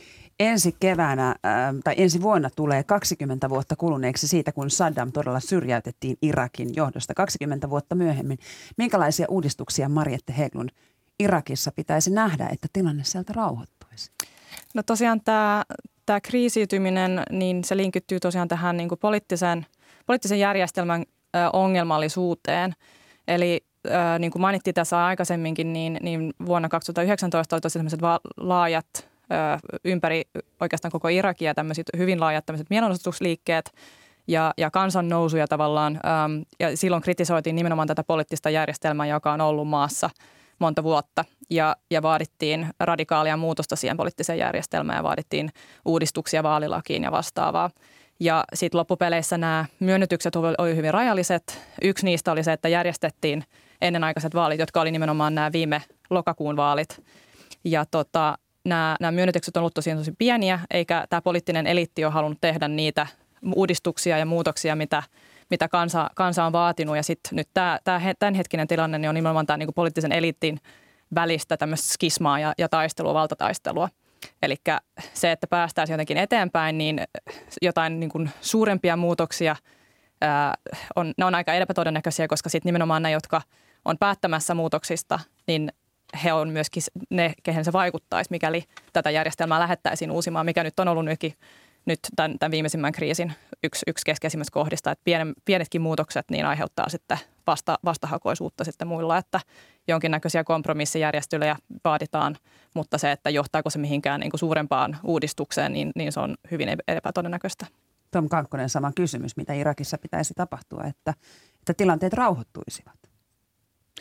Speaker 2: Ensi vuonna tulee 20 vuotta kuluneeksi siitä, kun Saddam todella syrjäytettiin Irakin johdosta. 20 vuotta myöhemmin. Minkälaisia uudistuksia, Mariette Hägglund, Irakissa pitäisi nähdä, että tilanne sieltä rauhoittuisi?
Speaker 1: No tosiaan tämä kriisiytyminen, niin se linkittyy tosiaan tähän niin kuin poliittisen järjestelmän ongelmallisuuteen. Eli niin kuin mainittiin tässä aikaisemminkin, niin vuonna 2019 oli tosi sellaiset laajat ympäri oikeastaan koko Irakia tämmöiset hyvin laajat tämmöiset mielenosoitusliikkeet ja kansannousuja tavallaan. Ja silloin kritisoitiin nimenomaan tätä poliittista järjestelmää, joka on ollut maassa monta vuotta ja vaadittiin radikaalia muutosta siihen poliittiseen järjestelmään ja vaadittiin uudistuksia vaalilakiin ja vastaavaa. Ja sitten loppupeleissä nämä myönnytykset oli hyvin rajalliset. Yksi niistä oli se, että järjestettiin ennenaikaiset vaalit, jotka oli nimenomaan nämä viime lokakuun vaalit. Ja nämä myönnytykset on ollut tosiaan tosi pieniä, eikä tämä poliittinen eliitti ole halunnut tehdä niitä uudistuksia ja muutoksia, mitä kansa on vaatinut. Ja sitten nyt tämänhetkinen tilanne niin on nimenomaan tämä niin kuin poliittisen eliittin välistä tämmöistä skismaa ja taistelua, valtataistelua. Eli se, että päästäisiin jotenkin eteenpäin, niin jotain niin kuin suurempia muutoksia ne on aika epätodennäköisiä, koska sitten nimenomaan ne, jotka on päättämässä muutoksista, niin he on myöskin ne, kehen se vaikuttaisi, mikäli tätä järjestelmää lähettäisiin uusimaan, mikä nyt on ollut nyt tämän viimeisimmän kriisin yksi keskeisimmistä kohdista, että pienetkin muutokset niin aiheuttaa sitten vastahakoisuutta sitten muilla, että jonkinnäköisiä kompromissijärjestelyjä vaaditaan, mutta se, että johtaako se mihinkään niin kuin suurempaan uudistukseen, niin se on hyvin epätodennäköistä.
Speaker 2: Tom Kankkonen, sama kysymys, mitä Irakissa pitäisi tapahtua, että tilanteet rauhoittuisivat?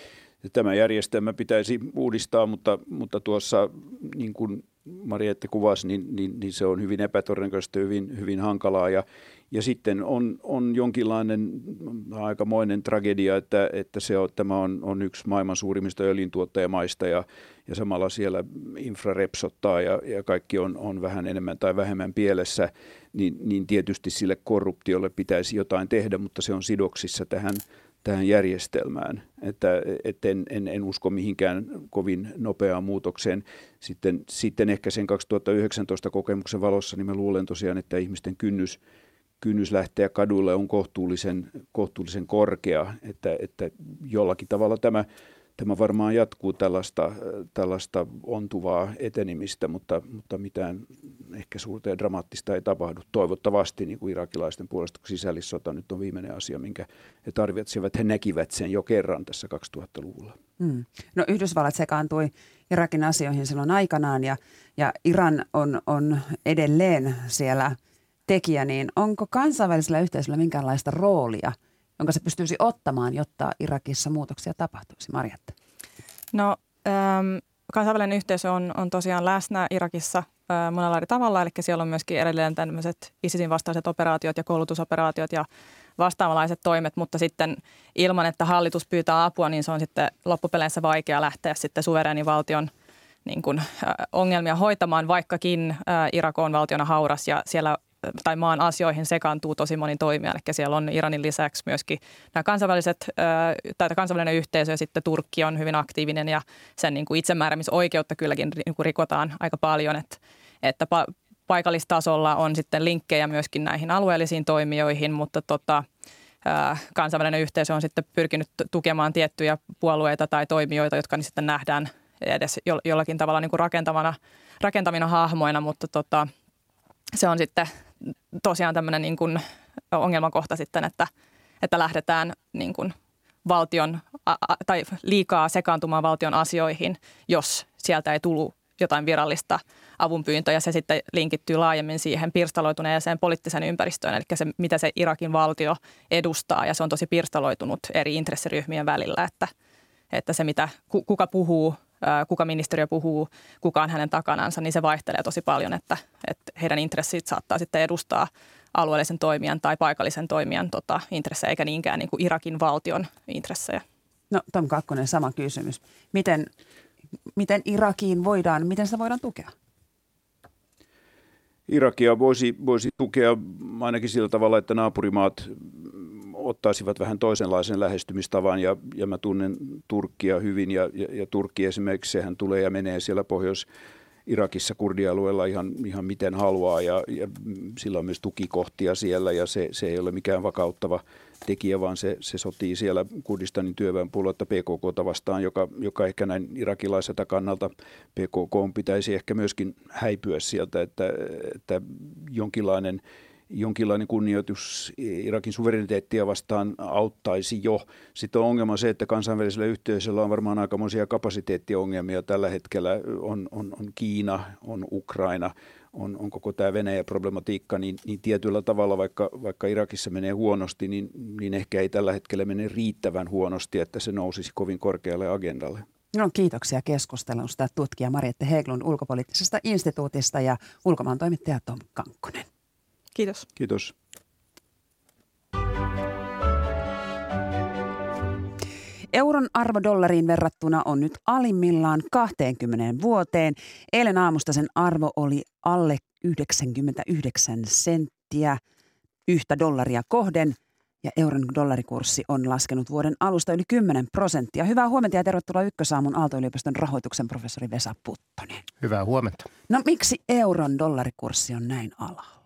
Speaker 5: Tämä järjestelmä pitäisi uudistaa, mutta tuossa niin kuin Mariette kuvasi, niin se on hyvin epätodennäköistä, hyvin hankalaa ja sitten on jonkinlainen aikamoinen tragedia, että tämä on yksi maailman suurimmista öljyntuottajamaista ja samalla siellä infra repsottaa ja kaikki on vähän enemmän tai vähemmän pielessä, niin tietysti sille korruptiolle pitäisi jotain tehdä, mutta se on sidoksissa tähän järjestelmään, että en usko mihinkään kovin nopeaan muutokseen. Sitten ehkä sen 2019 kokemuksen valossa, niin mä luulen tosiaan, että ihmisten kynnys lähteä kaduille on kohtuullisen korkea, että jollakin tavalla tämä varmaan jatkuu tällaista ontuvaa etenemistä, mutta mitään ehkä suurta ja dramaattista ei tapahdu. Toivottavasti niin kuin irakilaisten puolesta, kun sisällissota nyt on viimeinen asia, minkä he tarvitsevat. He näkivät sen jo kerran tässä 2000-luvulla.
Speaker 2: No Yhdysvallat sekaantui Irakin asioihin silloin aikanaan ja Iran on edelleen siellä tekijä, niin onko kansainvälisellä yhteisöllä minkäänlaista roolia, jonka se pystyisi ottamaan, jotta Irakissa muutoksia tapahtuisi? Mariette.
Speaker 1: No kansainvälinen yhteisö on tosiaan läsnä Irakissa monella eri tavalla, eli siellä on myöskin edelleen tämmöiset ISISin vastaiset operaatiot ja koulutusoperaatiot ja vastaavanlaiset toimet, mutta sitten ilman, että hallitus pyytää apua, niin se on sitten loppupeleissä vaikea lähteä sitten suvereenin valtion niin kuin, ongelmia hoitamaan, vaikkakin Irak on valtiona hauras ja siellä tai maan asioihin sekaantuu tosi moni toimija. Eli siellä on Iranin lisäksi myöskin nämä kansainvälinen yhteisö ja sitten Turkki on hyvin aktiivinen ja sen niin kuin itsemääräämisoikeutta kylläkin niin kuin rikotaan aika paljon, että paikallistasolla on sitten linkkejä myöskin näihin alueellisiin toimijoihin, mutta kansainvälinen yhteisö on sitten pyrkinyt tukemaan tiettyjä puolueita tai toimijoita, jotka niin sitten nähdään edes jollakin tavalla niin kuin rakentavina hahmoina, mutta se on sitten tosiaan tämmöinen niin kuin ongelmakohta sitten, että lähdetään niin kuin valtion tai liikaa sekaantumaan valtion asioihin, jos sieltä ei tulu jotain virallista avunpyyntöä ja se sitten linkittyy laajemmin siihen pirstaloituneeseen poliittiseen ympäristöön, eli se, mitä se Irakin valtio edustaa ja se on tosi pirstaloitunut eri intressiryhmien välillä, että se mitä kuka puhuu, kuka ministeriö puhuu, kuka on hänen takanansa, niin se vaihtelee tosi paljon, että heidän intressit saattaa sitten edustaa alueellisen toimijan tai paikallisen toimijan intressejä, eikä niinkään niin kuin Irakin valtion intressejä.
Speaker 2: No Tom Kakkonen, sama kysymys. Miten Irakiin miten sitä voidaan tukea?
Speaker 5: Irakia voisi tukea ainakin sillä tavalla, että naapurimaat ottaisivat vähän toisenlaisen lähestymistavan ja mä tunnen Turkkia hyvin ja Turkki esimerkiksi, sehän tulee ja menee siellä Pohjois-Irakissa kurdialueella ihan miten haluaa ja sillä on myös tukikohtia siellä ja se ei ole mikään vakauttava tekijä, vaan se sotii siellä Kurdistanin työväenpuoluetta PKK:ta vastaan, joka ehkä näin irakilaiselta kannalta PKK pitäisi ehkä myöskin häipyä sieltä, että jonkinlainen kunnioitus Irakin suvereniteettia vastaan auttaisi jo. Sitten on ongelma se, että kansainvälisellä yhteisöllä on varmaan aikamoisia kapasiteettiongelmia tällä hetkellä. On Kiina, on Ukraina, on koko tämä Venäjä-problematiikka, niin tietyllä tavalla, vaikka Irakissa menee huonosti, niin ehkä ei tällä hetkellä mene riittävän huonosti, että se nousisi kovin korkealle agendalle.
Speaker 2: No, kiitoksia keskustelusta tutkija Mariette Hägglund Ulkopoliittisesta instituutista ja ulkomaantoimittaja Tom Kankkonen.
Speaker 1: Kiitos.
Speaker 5: Kiitos.
Speaker 2: Euron arvo dollariin verrattuna on nyt alimmillaan 20 vuoteen. Eilen aamusta sen arvo oli alle 99 senttiä yhtä dollaria kohden ja euron dollarikurssi on laskenut vuoden alusta yli 10%. Hyvää huomenta ja tervetuloa Ykkösaamun Aalto-yliopiston rahoituksen professori Vesa Puttonen.
Speaker 6: Hyvää huomenta.
Speaker 2: No miksi euron dollarikurssi on näin alhaalla?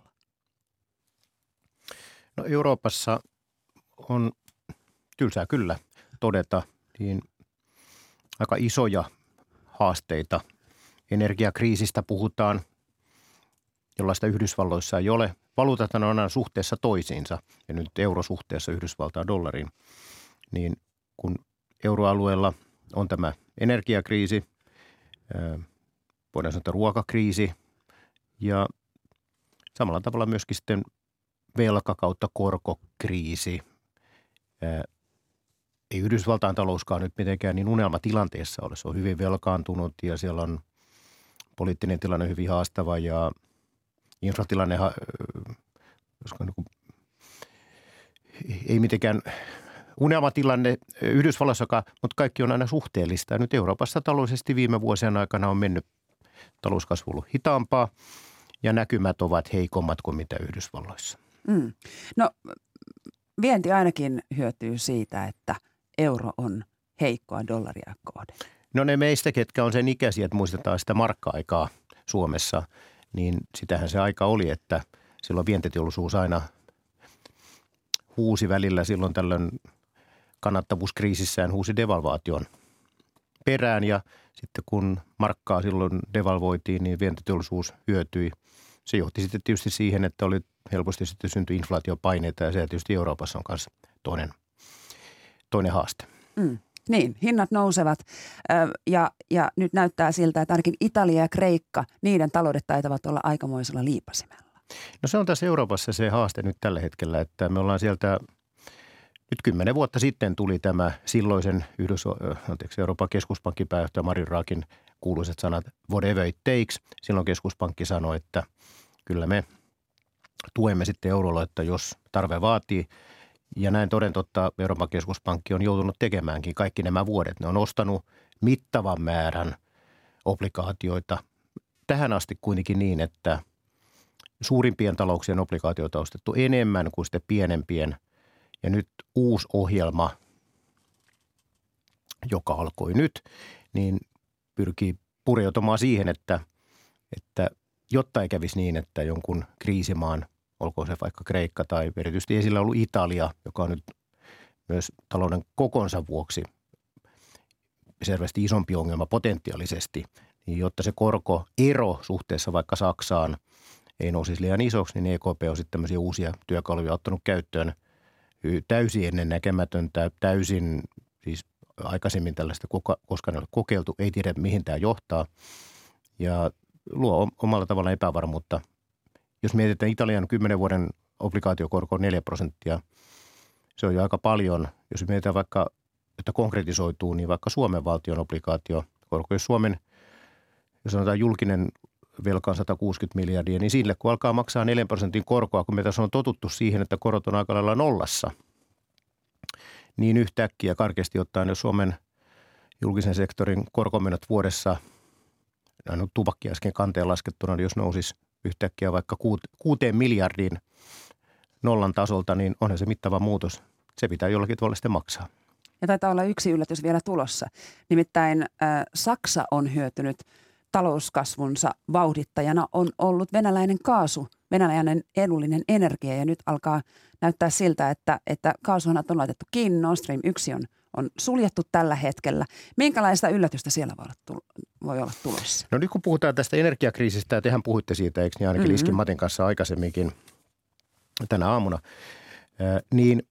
Speaker 6: No Euroopassa on tylsää kyllä todeta niin aika isoja haasteita. Energiakriisistä puhutaan, jollaista Yhdysvalloissa ei ole. Valuutat on aina suhteessa toisiinsa ja nyt eurosuhteessa Yhdysvaltaan dollariin. Niin kun euroalueella on tämä energiakriisi, voidaan sanoa ruokakriisi ja samalla tavalla myöskin sitten velka kautta korkokriisi, ei Yhdysvaltain talouskaan nyt mitenkään niin unelmatilanteessa ole. Se on hyvin velkaantunut ja siellä on poliittinen tilanne hyvin haastava ja infratilanne ei mitenkään unelmatilanne Yhdysvalloissakaan, mutta kaikki on aina suhteellista. Ja nyt Euroopassa taloudellisesti viime vuosien aikana on mennyt talouskasvu ollut hitaampaa ja näkymät ovat heikommat kuin mitä Yhdysvalloissa.
Speaker 2: No vienti ainakin hyötyy siitä, että euro on heikkoa dollaria kohden.
Speaker 6: No ne meistä, ketkä on sen ikäisiä, että muistetaan sitä markka-aikaa Suomessa, niin sitähän se aika oli, että silloin vientiteollisuus aina huusi välillä silloin tällöin kannattavuuskriisissään huusi devalvaation perään ja sitten kun markkaa silloin devalvoitiin, niin vientiteollisuus hyötyi. Se johti sitten tietysti siihen, että oli helposti sitten syntyi inflaatiopaineita ja se tietysti Euroopassa on myös toinen haaste.
Speaker 2: Niin, hinnat nousevat ja nyt näyttää siltä, että ainakin Italia ja Kreikka, niiden taloudet taitavat olla aikamoisella liipasimella.
Speaker 6: No se on tässä Euroopassa se haaste nyt tällä hetkellä, että me ollaan sieltä nyt 10 vuotta sitten tuli tämä silloisen Euroopan keskuspankin pääjohtaja Mario Draghin kuuluisat sanat whatever it takes. Silloin keskuspankki sanoi, että kyllä me tuemme sitten eurolla, että jos tarve vaatii. Ja näin toden totta Euroopan keskuspankki on joutunut tekemäänkin kaikki nämä vuodet. Ne on ostanut mittavan määrän obligaatioita. Tähän asti kuitenkin niin, että suurimpien talouksien obligaatioita on ostettu enemmän kuin sitten pienempien. Ja nyt uusi ohjelma, joka alkoi nyt, niin pyrkii pureutumaan siihen, että jotta ei kävisi niin, että jonkun kriisimaan, olkoon se vaikka Kreikka tai erityisesti esillä ollut Italia, joka on nyt myös talouden kokonsa vuoksi selvästi isompi ongelma potentiaalisesti, niin jotta se korkoero suhteessa vaikka Saksaan ei nousisi liian isoksi, niin EKP on sitten tämmöisiä uusia työkaluja ottanut käyttöön täysin ennennäkemätöntä, täysin siis aikaisemmin tällaista koskaan ei ole kokeiltu, ei tiedä mihin tämä johtaa ja luo omalla tavallaan epävarmuutta. Jos mietitään Italian 10 vuoden obligaatiokorko on 4%, se on jo aika paljon. Jos mietitään vaikka, että konkretisoituu, niin vaikka Suomen valtion obligaatiokorko, jos sanotaan julkinen velka on 160 miljardia, niin sille kun alkaa maksaa 4% korkoa, kun me tässä on totuttu siihen, että korot on aika lailla nollassa, niin yhtäkkiä karkeasti ottaen, jos Suomen julkisen sektorin korkomenot vuodessa, aina tupakki äsken kanteen laskettuna, niin jos nousisi yhtäkkiä vaikka 6 miljardin nollan tasolta, niin onhan se mittava muutos. Se pitää jollakin tavalla sitten maksaa.
Speaker 2: Ja taitaa olla yksi yllätys vielä tulossa. Nimittäin Saksa on hyötynyt talouskasvunsa vauhdittajana on ollut venäläinen kaasu, venäläinen edullinen energia ja nyt alkaa näyttää siltä, että kaasuhanat on laitettu kiinni. Nord Stream 1 on suljettu tällä hetkellä. Minkälaista yllätystä siellä voi olla tulossa?
Speaker 6: No nyt kun puhutaan tästä energiakriisistä, ja tehän puhuitte siitä, eikö niin ainakin Liskin Matin kanssa aikaisemminkin tänä aamuna, niin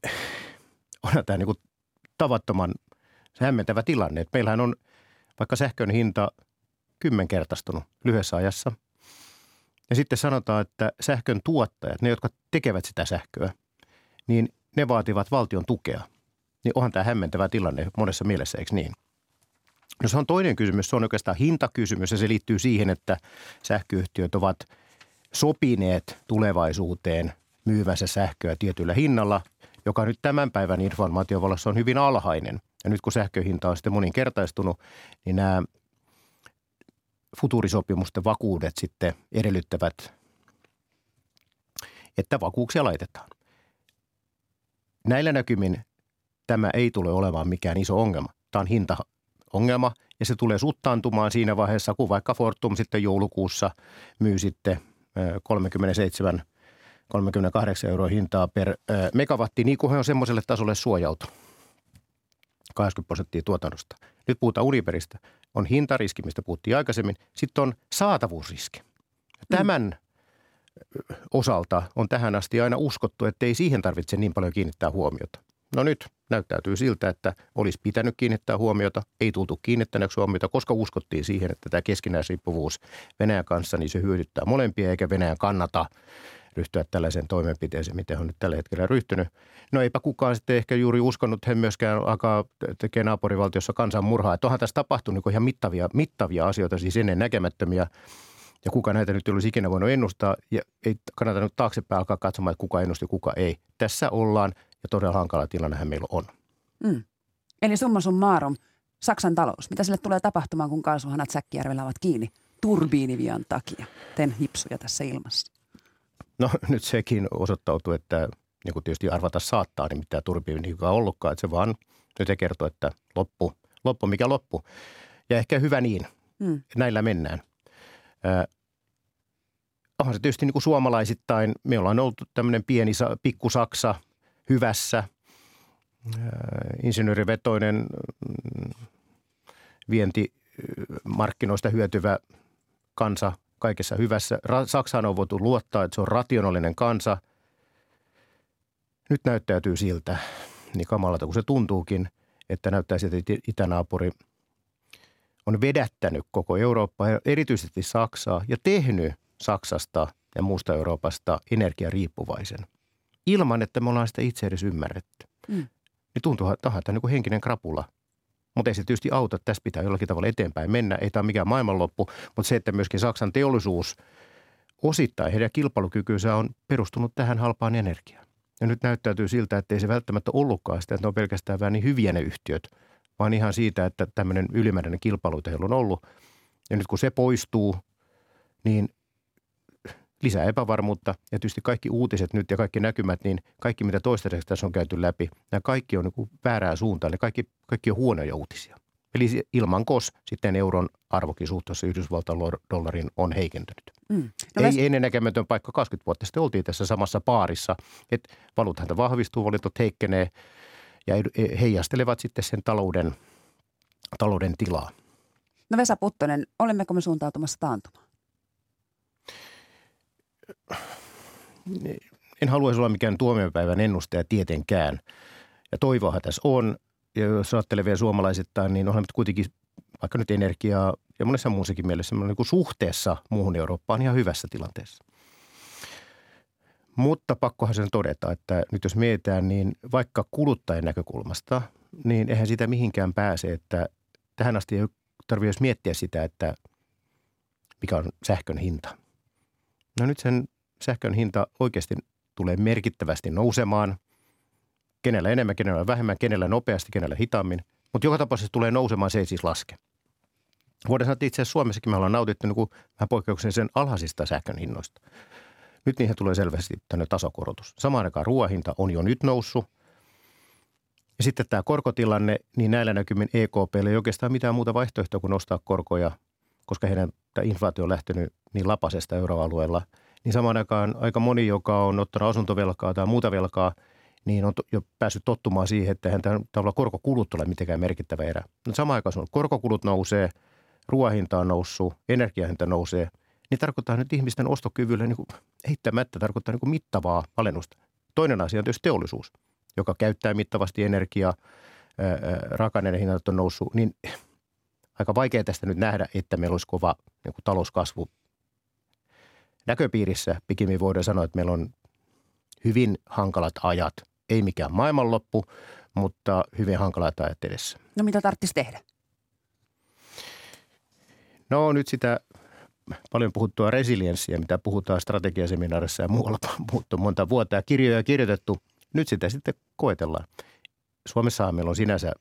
Speaker 6: onhan tämä niin kuin tavattoman hämmentävä tilanne. Että meillähän on vaikka sähkön hinta 10-kertaistunut lyhyessä ajassa. Ja sitten sanotaan, että sähkön tuottajat, ne jotka tekevät sitä sähköä, niin ne vaativat valtion tukea. Niin onhan tämä hämmentävä tilanne monessa mielessä, eikö niin? No se on toinen kysymys, se on oikeastaan hintakysymys ja se liittyy siihen, että sähköyhtiöt ovat sopineet tulevaisuuteen myyvänsä sähköä tietyllä hinnalla, joka nyt tämän päivän informaatiovalossa on hyvin alhainen. Ja nyt kun sähköhinta on sitten moninkertaistunut, niin nämä futuurisopimusten vakuudet sitten edellyttävät, että vakuuksia laitetaan. Näillä näkymin tämä ei tule olemaan mikään iso ongelma. Tämä on hintaongelma ja se tulee suttaantumaan siinä vaiheessa, kun vaikka Fortum sitten joulukuussa myy sitten 38 euroa hintaa per megawatti, niin kuin he on semmoiselle tasolle suojautunut. 80% tuotannosta. Nyt puhutaan Uniperistä. On hintariski, mistä puhuttiin aikaisemmin. Sitten on saatavuusriski. Tämän osalta on tähän asti aina uskottu, että ei siihen tarvitse niin paljon kiinnittää huomiota. No nyt näyttäytyy siltä, että olisi pitänyt kiinnittää huomiota, ei tultu kiinnittäneeksi huomiota, koska uskottiin siihen, että tämä keskinäisriippuvuus Venäjän kanssa, niin se hyödyttää molempia, eikä Venäjän kannata ryhtyä tällaiseen toimenpiteeseen, miten on nyt tällä hetkellä ryhtynyt. No eipä kukaan sitten ehkä juuri uskonut, että he myöskään alkaa tekemään naapurivaltiossa kansanmurhaa. Että onhan tässä tapahtunut ihan mittavia asioita, siis ennen näkemättömiä. Ja kuka näitä nyt olisi ikinä voinut ennustaa. Ja ei kannata nyt taaksepäin alkaa katsomaan, että kuka ennusti, kuka ei. Tässä ollaan ja todella hankala tilannehän meillä on.
Speaker 2: Eli summa summarum, Saksan talous. Mitä sille tulee tapahtumaan, kun kaasuhanat Säkkijärvellä ovat kiinni turbiinivian takia? Teen hipsuja tässä ilmassa.
Speaker 6: No nyt sekin osoittautuu, että niin kuin tietysti arvata saattaa, niin mitä turbiini on ollutkaan. Että se vaan nyt se kertoo, että loppu mikä loppu. Ja ehkä hyvä niin. Näillä mennään. Onhan se tietysti niin kuin suomalaisittain. Me ollaan ollut tämmöinen pikku Saksa hyvässä, insinöörivetoinen, vientimarkkinoista hyötyvä kansa kaikessa hyvässä. Saksaan on voitu luottaa, että se on rationaalinen kansa. Nyt näyttäytyy siltä, niin kamalalta kuin se tuntuukin, että näyttää siltä, että itänaapuri on vedättänyt koko Eurooppaa ja erityisesti Saksaa ja tehnyt Saksasta ja muusta Euroopasta energiariippuvaisen ilman, että me ollaan sitä itse edes ymmärretty. Niin tuntuu, että tämä on niin kuin henkinen krapula. Mutta ei se tietysti auta, että tässä pitää jollakin tavalla eteenpäin mennä. Ei tämä ole mikään maailmanloppu, mutta se, että myöskin Saksan teollisuus osittain heidän kilpailukykynsä on perustunut tähän halpaan energiaan. Ja nyt näyttäytyy siltä, että ei se välttämättä ollutkaan sitä, että ne on pelkästään vähän niin hyviä ne yhtiöt, vaan ihan siitä, että tämmöinen ylimääräinen kilpailu heillä on ollut. Ja nyt kun se poistuu, niin lisää epävarmuutta ja tietysti kaikki uutiset nyt ja kaikki näkymät, niin kaikki mitä toistaiseksi tässä on käyty läpi, nämä kaikki on niin väärää suuntaan ja kaikki on huonoja uutisia. Eli ilman sitten euron arvokin suhteessa Yhdysvaltain dollarin on heikentynyt. Ei ennennäkemätön paikka 20 vuotta sitten oltiin tässä samassa paarissa, että valuuthäntä vahvistuu, valuutat heikkenee ja heijastelevat sitten sen talouden tilaa.
Speaker 2: No Vesa Puttonen, olemmeko me suuntautumassa taantumaan?
Speaker 6: En haluaisi olla mikään tuomiopäivän ennustaja tietenkään. Ja toivoahan tässä on. Ja jos ajattelee vielä suomalaisittain, niin onhan kuitenkin vaikka nyt energiaa ja monessa muussakin mielessä niin kuin suhteessa muuhun Eurooppaan ihan hyvässä tilanteessa. Mutta pakkohan sen todeta, että nyt jos mietitään, niin vaikka kuluttajan näkökulmasta, niin eihän sitä mihinkään pääse, että tähän asti ei tarvitse edes miettiä sitä, että mikä on sähkön hinta. No nyt sen sähkön hinta oikeasti tulee merkittävästi nousemaan. Kenellä enemmän, kenellä vähemmän, kenellä nopeasti, kenellä hitaammin. Mutta joka tapauksessa tulee nousemaan, se ei siis laske. Voidaan sanoa, että itse asiassa Suomessakin me ollaan nautittu niin kuin vähän poikkeuksellisen alhaisista sähkön hinnoista. Nyt niihin tulee selvästi tänne tasokorotus. Samaan aikaan ruoahinta on jo nyt noussut. Ja sitten tämä korkotilanne, niin näillä näkymin EKP:lle ei oikeastaan mitään muuta vaihtoehtoa kuin nostaa korkoja, koska heidän inflaatio on lähtenyt niin lapasesta euroalueella. Niin samaan aikaan aika moni, joka on ottanut asuntovelkaa tai muuta velkaa, niin on jo päässyt tottumaan siihen, että eihän tavallaan korkokulut ole mitenkään merkittävä erä. No samaan aikaan korkokulut nousee, ruoahinta on noussut, energiahinta nousee, niin tarkoittaa nyt ihmisten ostokyvylle niin kuin heittämättä, tarkoittaa niin kuin mittavaa alennusta. Toinen asia on tietysti teollisuus, joka käyttää mittavasti energiaa, raaka-aineiden hinnat on noussut, niin aika vaikea tästä nyt nähdä, että meillä olisi kova niin kuin talouskasvu näköpiirissä. Pikemmin voidaan sanoa, että meillä on hyvin hankalat ajat. Ei mikään maailmanloppu, mutta hyvin hankalat ajat edessä.
Speaker 2: No mitä tarvitsisi tehdä?
Speaker 6: No nyt sitä paljon puhuttua resilienssiä, mitä puhutaan strategiaseminaarissa ja muualla puhuttu monta vuotta ja kirjoja kirjoitettu. Nyt sitä sitten koetellaan. Suomessahan meillä on sinänsä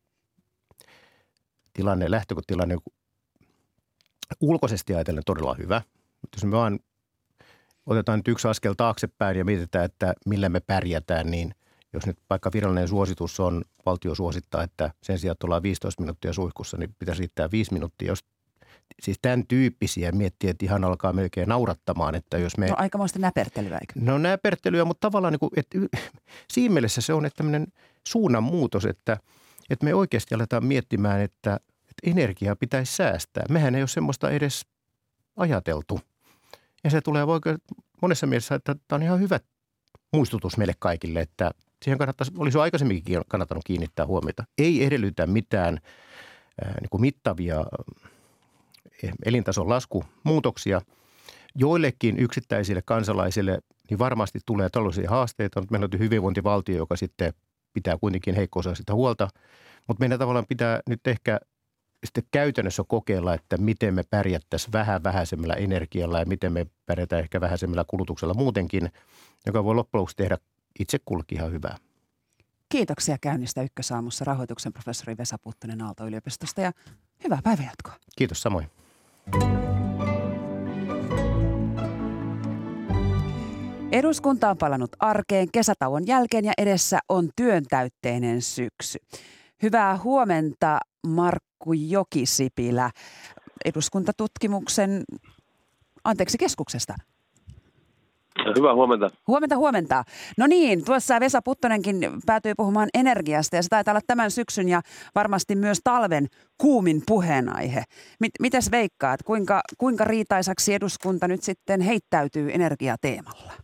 Speaker 6: lähtökotilanne ulkoisesti ajatellen todella hyvä. Mutta jos me vaan otetaan nyt yksi askel taaksepäin ja mietitään, että millä me pärjätään, niin jos nyt vaikka virallinen suositus on, valtio suosittaa, että sen sijaan, että ollaan 15 minuuttia suihkussa, niin pitäisi riittää 5 minuuttia. Jos siis tämän tyyppisiä miettiä, että ihan alkaa melkein naurattamaan, että jos me...
Speaker 2: No aikamoista näpertelyä, eikö?
Speaker 6: No näpertelyä, mutta tavallaan niin kuin, että siinä mielessä se on että tämmöinen suunnanmuutos, että me oikeasti aletaan miettimään, että energiaa pitäisi säästää. Mehän ei ole semmoista edes ajateltu. Ja se tulee monessa mielessä, että tämä on ihan hyvä muistutus meille kaikille, että siihen olisi jo aikaisemminkin kannattanut kiinnittää huomiota. Ei edellytä mitään niin kuin mittavia elintason laskumuutoksia. Joillekin yksittäisille kansalaisille niin varmasti tulee taloudellisia haasteita. Meillä on hyvinvointivaltio, joka sitten pitää kuitenkin heikko-osaisista huolta. Mutta meidän tavallaan pitää nyt ehkä sitten käytännössä kokeilla, että miten me pärjättäisiin vähäisemmällä energialla ja miten me pärjätään ehkä vähäisemmällä kulutuksella muutenkin, joka voi loppujen lopuksi tehdä itse kullekin ihan hyvää.
Speaker 2: Kiitoksia käynnistä Ykkösaamussa rahoituksen professori Vesa Puttonen Aalto-yliopistosta ja hyvää päivänjatkoa.
Speaker 6: Kiitos samoin.
Speaker 2: Eduskunta on palannut arkeen kesätauon jälkeen ja edessä on työntäytteinen syksy. Hyvää huomenta Markku Jokisipilä keskuksesta.
Speaker 7: Hyvää huomenta.
Speaker 2: Huomenta. No niin, tuossa Vesa Puttonenkin päätyi puhumaan energiasta ja se taitaa olla tämän syksyn ja varmasti myös talven kuumin puheenaihe. Mitäs veikkaat, kuinka riitaisaksi eduskunta nyt sitten heittäytyy energiateemalla?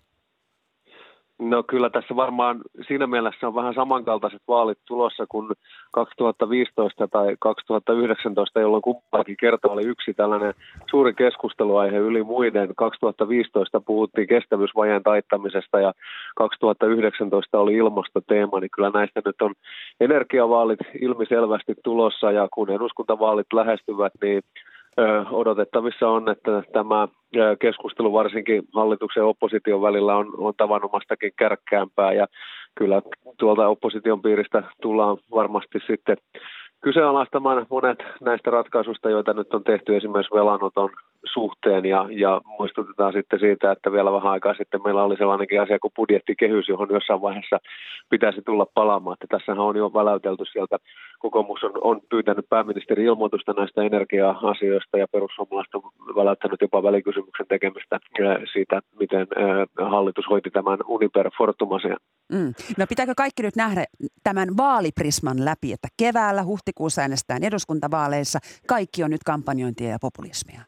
Speaker 7: No kyllä tässä varmaan siinä mielessä on vähän samankaltaiset vaalit tulossa kuin 2015 tai 2019, jolloin kumpallakin kertaa oli yksi tällainen suuri keskusteluaihe yli muiden. 2015 puhuttiin kestävyysvajeen taittamisesta ja 2019 oli ilmastoteema, niin kyllä näistä nyt on energiavaalit ilmiselvästi tulossa ja kun eduskuntavaalit lähestyvät, niin odotettavissa on, että tämä keskustelu varsinkin hallituksen ja opposition välillä on tavanomaistakin kärkkäämpää ja kyllä tuolta opposition piiristä tullaan varmasti sitten kyseenalaistamaan monet näistä ratkaisuista, joita nyt on tehty esimerkiksi velanoton suhteen ja muistutetaan sitten siitä, että vielä vähän aikaa sitten meillä oli sellainenkin asia kuin budjettikehys, johon jossain vaiheessa pitäisi tulla palaamaan. Että tässähän on jo väläytelty sieltä. Kokoomus on pyytänyt pääministerin ilmoitusta näistä energia-asioista ja perussuomalaiset on väläyttänyt jopa välikysymyksen tekemistä siitä, miten hallitus hoiti tämän Uniper-Fortum-asian.
Speaker 2: No pitääkö kaikki nyt nähdä tämän vaaliprisman läpi, että keväällä huhtikuussa äänestetään eduskuntavaaleissa, kaikki on nyt kampanjointia ja populismia?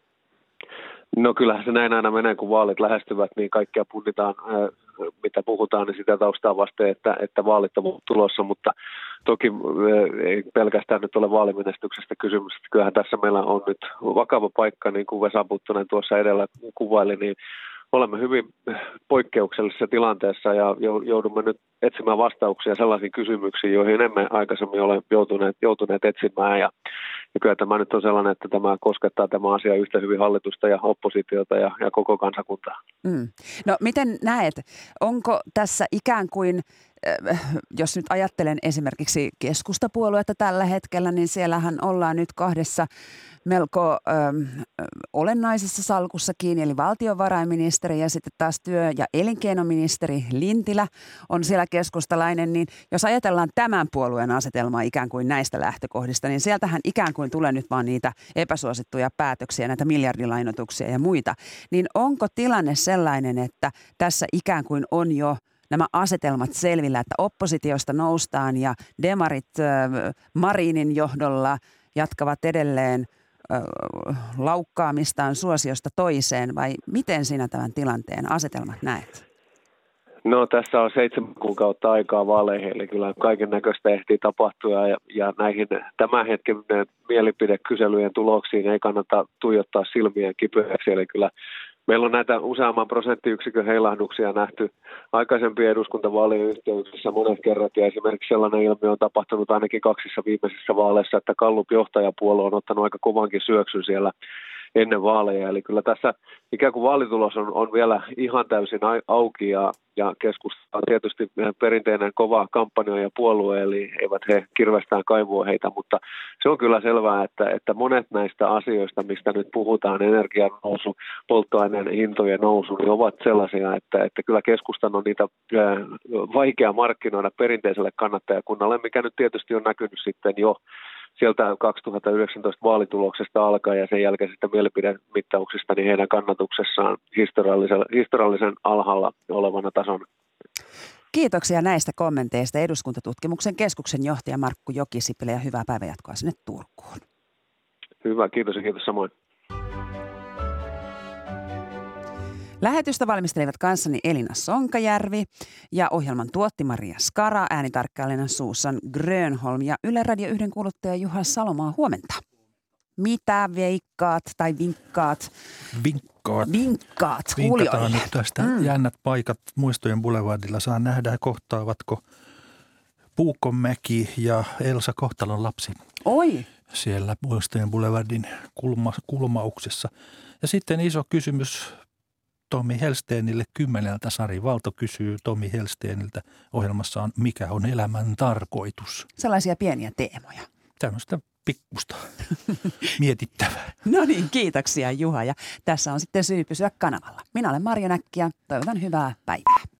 Speaker 7: No kyllähän se näin aina menee, kun vaalit lähestyvät, niin kaikkea punnitaan, mitä puhutaan, niin sitä taustaa vasten, että vaalit on tulossa, mutta toki ei pelkästään nyt ole vaalimenestyksestä kysymys. Kyllähän tässä meillä on nyt vakava paikka, niin kuin Vesa Puttonen tuossa edellä kuvaili, niin olemme hyvin poikkeuksellisessa tilanteessa ja joudumme nyt etsimään vastauksia sellaisiin kysymyksiin, joihin emme aikaisemmin ole joutuneet etsimään. Ja kyllä tämä nyt on sellainen, että tämä koskettaa tämä asia yhtä hyvin hallitusta ja oppositiota ja koko kansakuntaa.
Speaker 2: No miten näet, onko tässä ikään kuin, jos nyt ajattelen esimerkiksi keskustapuoluetta tällä hetkellä, niin siellähän ollaan nyt kahdessa melko olennaisessa salkussa kiinni, eli valtiovarainministeri ja sitten taas työ- ja elinkeinoministeri Lintilä on siellä keskustalainen, niin jos ajatellaan tämän puolueen asetelmaa ikään kuin näistä lähtökohdista, niin sieltähän ikään kuin tulee nyt vaan niitä epäsuosittuja päätöksiä, näitä miljardilainotuksia ja muita, niin onko tilanne sellainen, että tässä ikään kuin on jo nämä asetelmat selvillä, että oppositiosta noustaan ja demarit Marinin johdolla jatkavat edelleen laukkaamistaan suosiosta toiseen vai miten sinä tämän tilanteen asetelmat näet?
Speaker 7: No tässä on 7 kuukautta aikaa vaaleihin, eli kyllä kaiken näköistä ehtii tapahtua ja näihin tämän hetken mielipidekyselyjen tuloksiin ei kannata tuijottaa silmien kipeäksi, eli kyllä meillä on näitä useamman prosenttiyksikön heilahduksia nähty aikaisempien eduskuntavaalien yhteydessä monet kerrat, ja esimerkiksi sellainen ilmiö on tapahtunut ainakin 2 viimeisissä vaaleissa, että Gallup-johtajapuolue on ottanut aika kovankin syöksyn siellä ennen vaaleja. Eli kyllä tässä ikään kuin vaalitulos on vielä ihan täysin auki ja keskusta on tietysti perinteinen kova kampanjoija puolue, eli eivät he kirvestään kaivoa heitä, mutta se on kyllä selvää, että monet näistä asioista, mistä nyt puhutaan, energian nousu, polttoaineen hintojen nousu, niin ovat sellaisia, että kyllä keskustan on niitä vaikea markkinoida perinteiselle kannattajakunnalle, mikä nyt tietysti on näkynyt sitten jo sieltä 2019 vaalituloksesta alkaen ja sen jälkeisestä mielipidemittauksista niin heidän kannatuksessaan historiallisen alhaalla olevana tasona.
Speaker 2: Kiitoksia näistä kommenteista Eduskuntatutkimuksen keskuksen johtaja Markku Jokisipilä ja hyvää päivänjatkoa sinne Turkuun.
Speaker 7: Hyvä, kiitos ja kiitos samoin.
Speaker 2: Lähetystä valmistelivat kanssani Elina Sonkajärvi ja ohjelman tuotti Maria Skara, äänitarkkailijana Susan Grönholm ja Yle Radio 1 kuuluttaja Juha Salomaa. Huomenta. Mitä veikkaat tai vinkkaat?
Speaker 8: Vinkkaat
Speaker 2: Vinkkaat
Speaker 8: Vinkataan
Speaker 2: kuulijoille.
Speaker 8: nyt tästä jännät paikat Muistojen Boulevardilla. Saa nähdä, kohtaavatko Puukonmäki ja Elsa Kohtalon lapsi
Speaker 2: Oi,
Speaker 8: siellä Muistojen Boulevardin kulmauksessa. Ja sitten iso kysymys Tommi Hellstenille 10. Sari Valto kysyy Tommi Hellsteniltä ohjelmassaan, mikä on elämän tarkoitus.
Speaker 2: sellaisia pieniä teemoja.
Speaker 8: Tämmöistä pikkusta mietittävää.
Speaker 2: No niin, kiitoksia Juha. Ja tässä on sitten syy pysyä kanavalla. Minä olen Marjo Näkki ja toivotan hyvää päivää.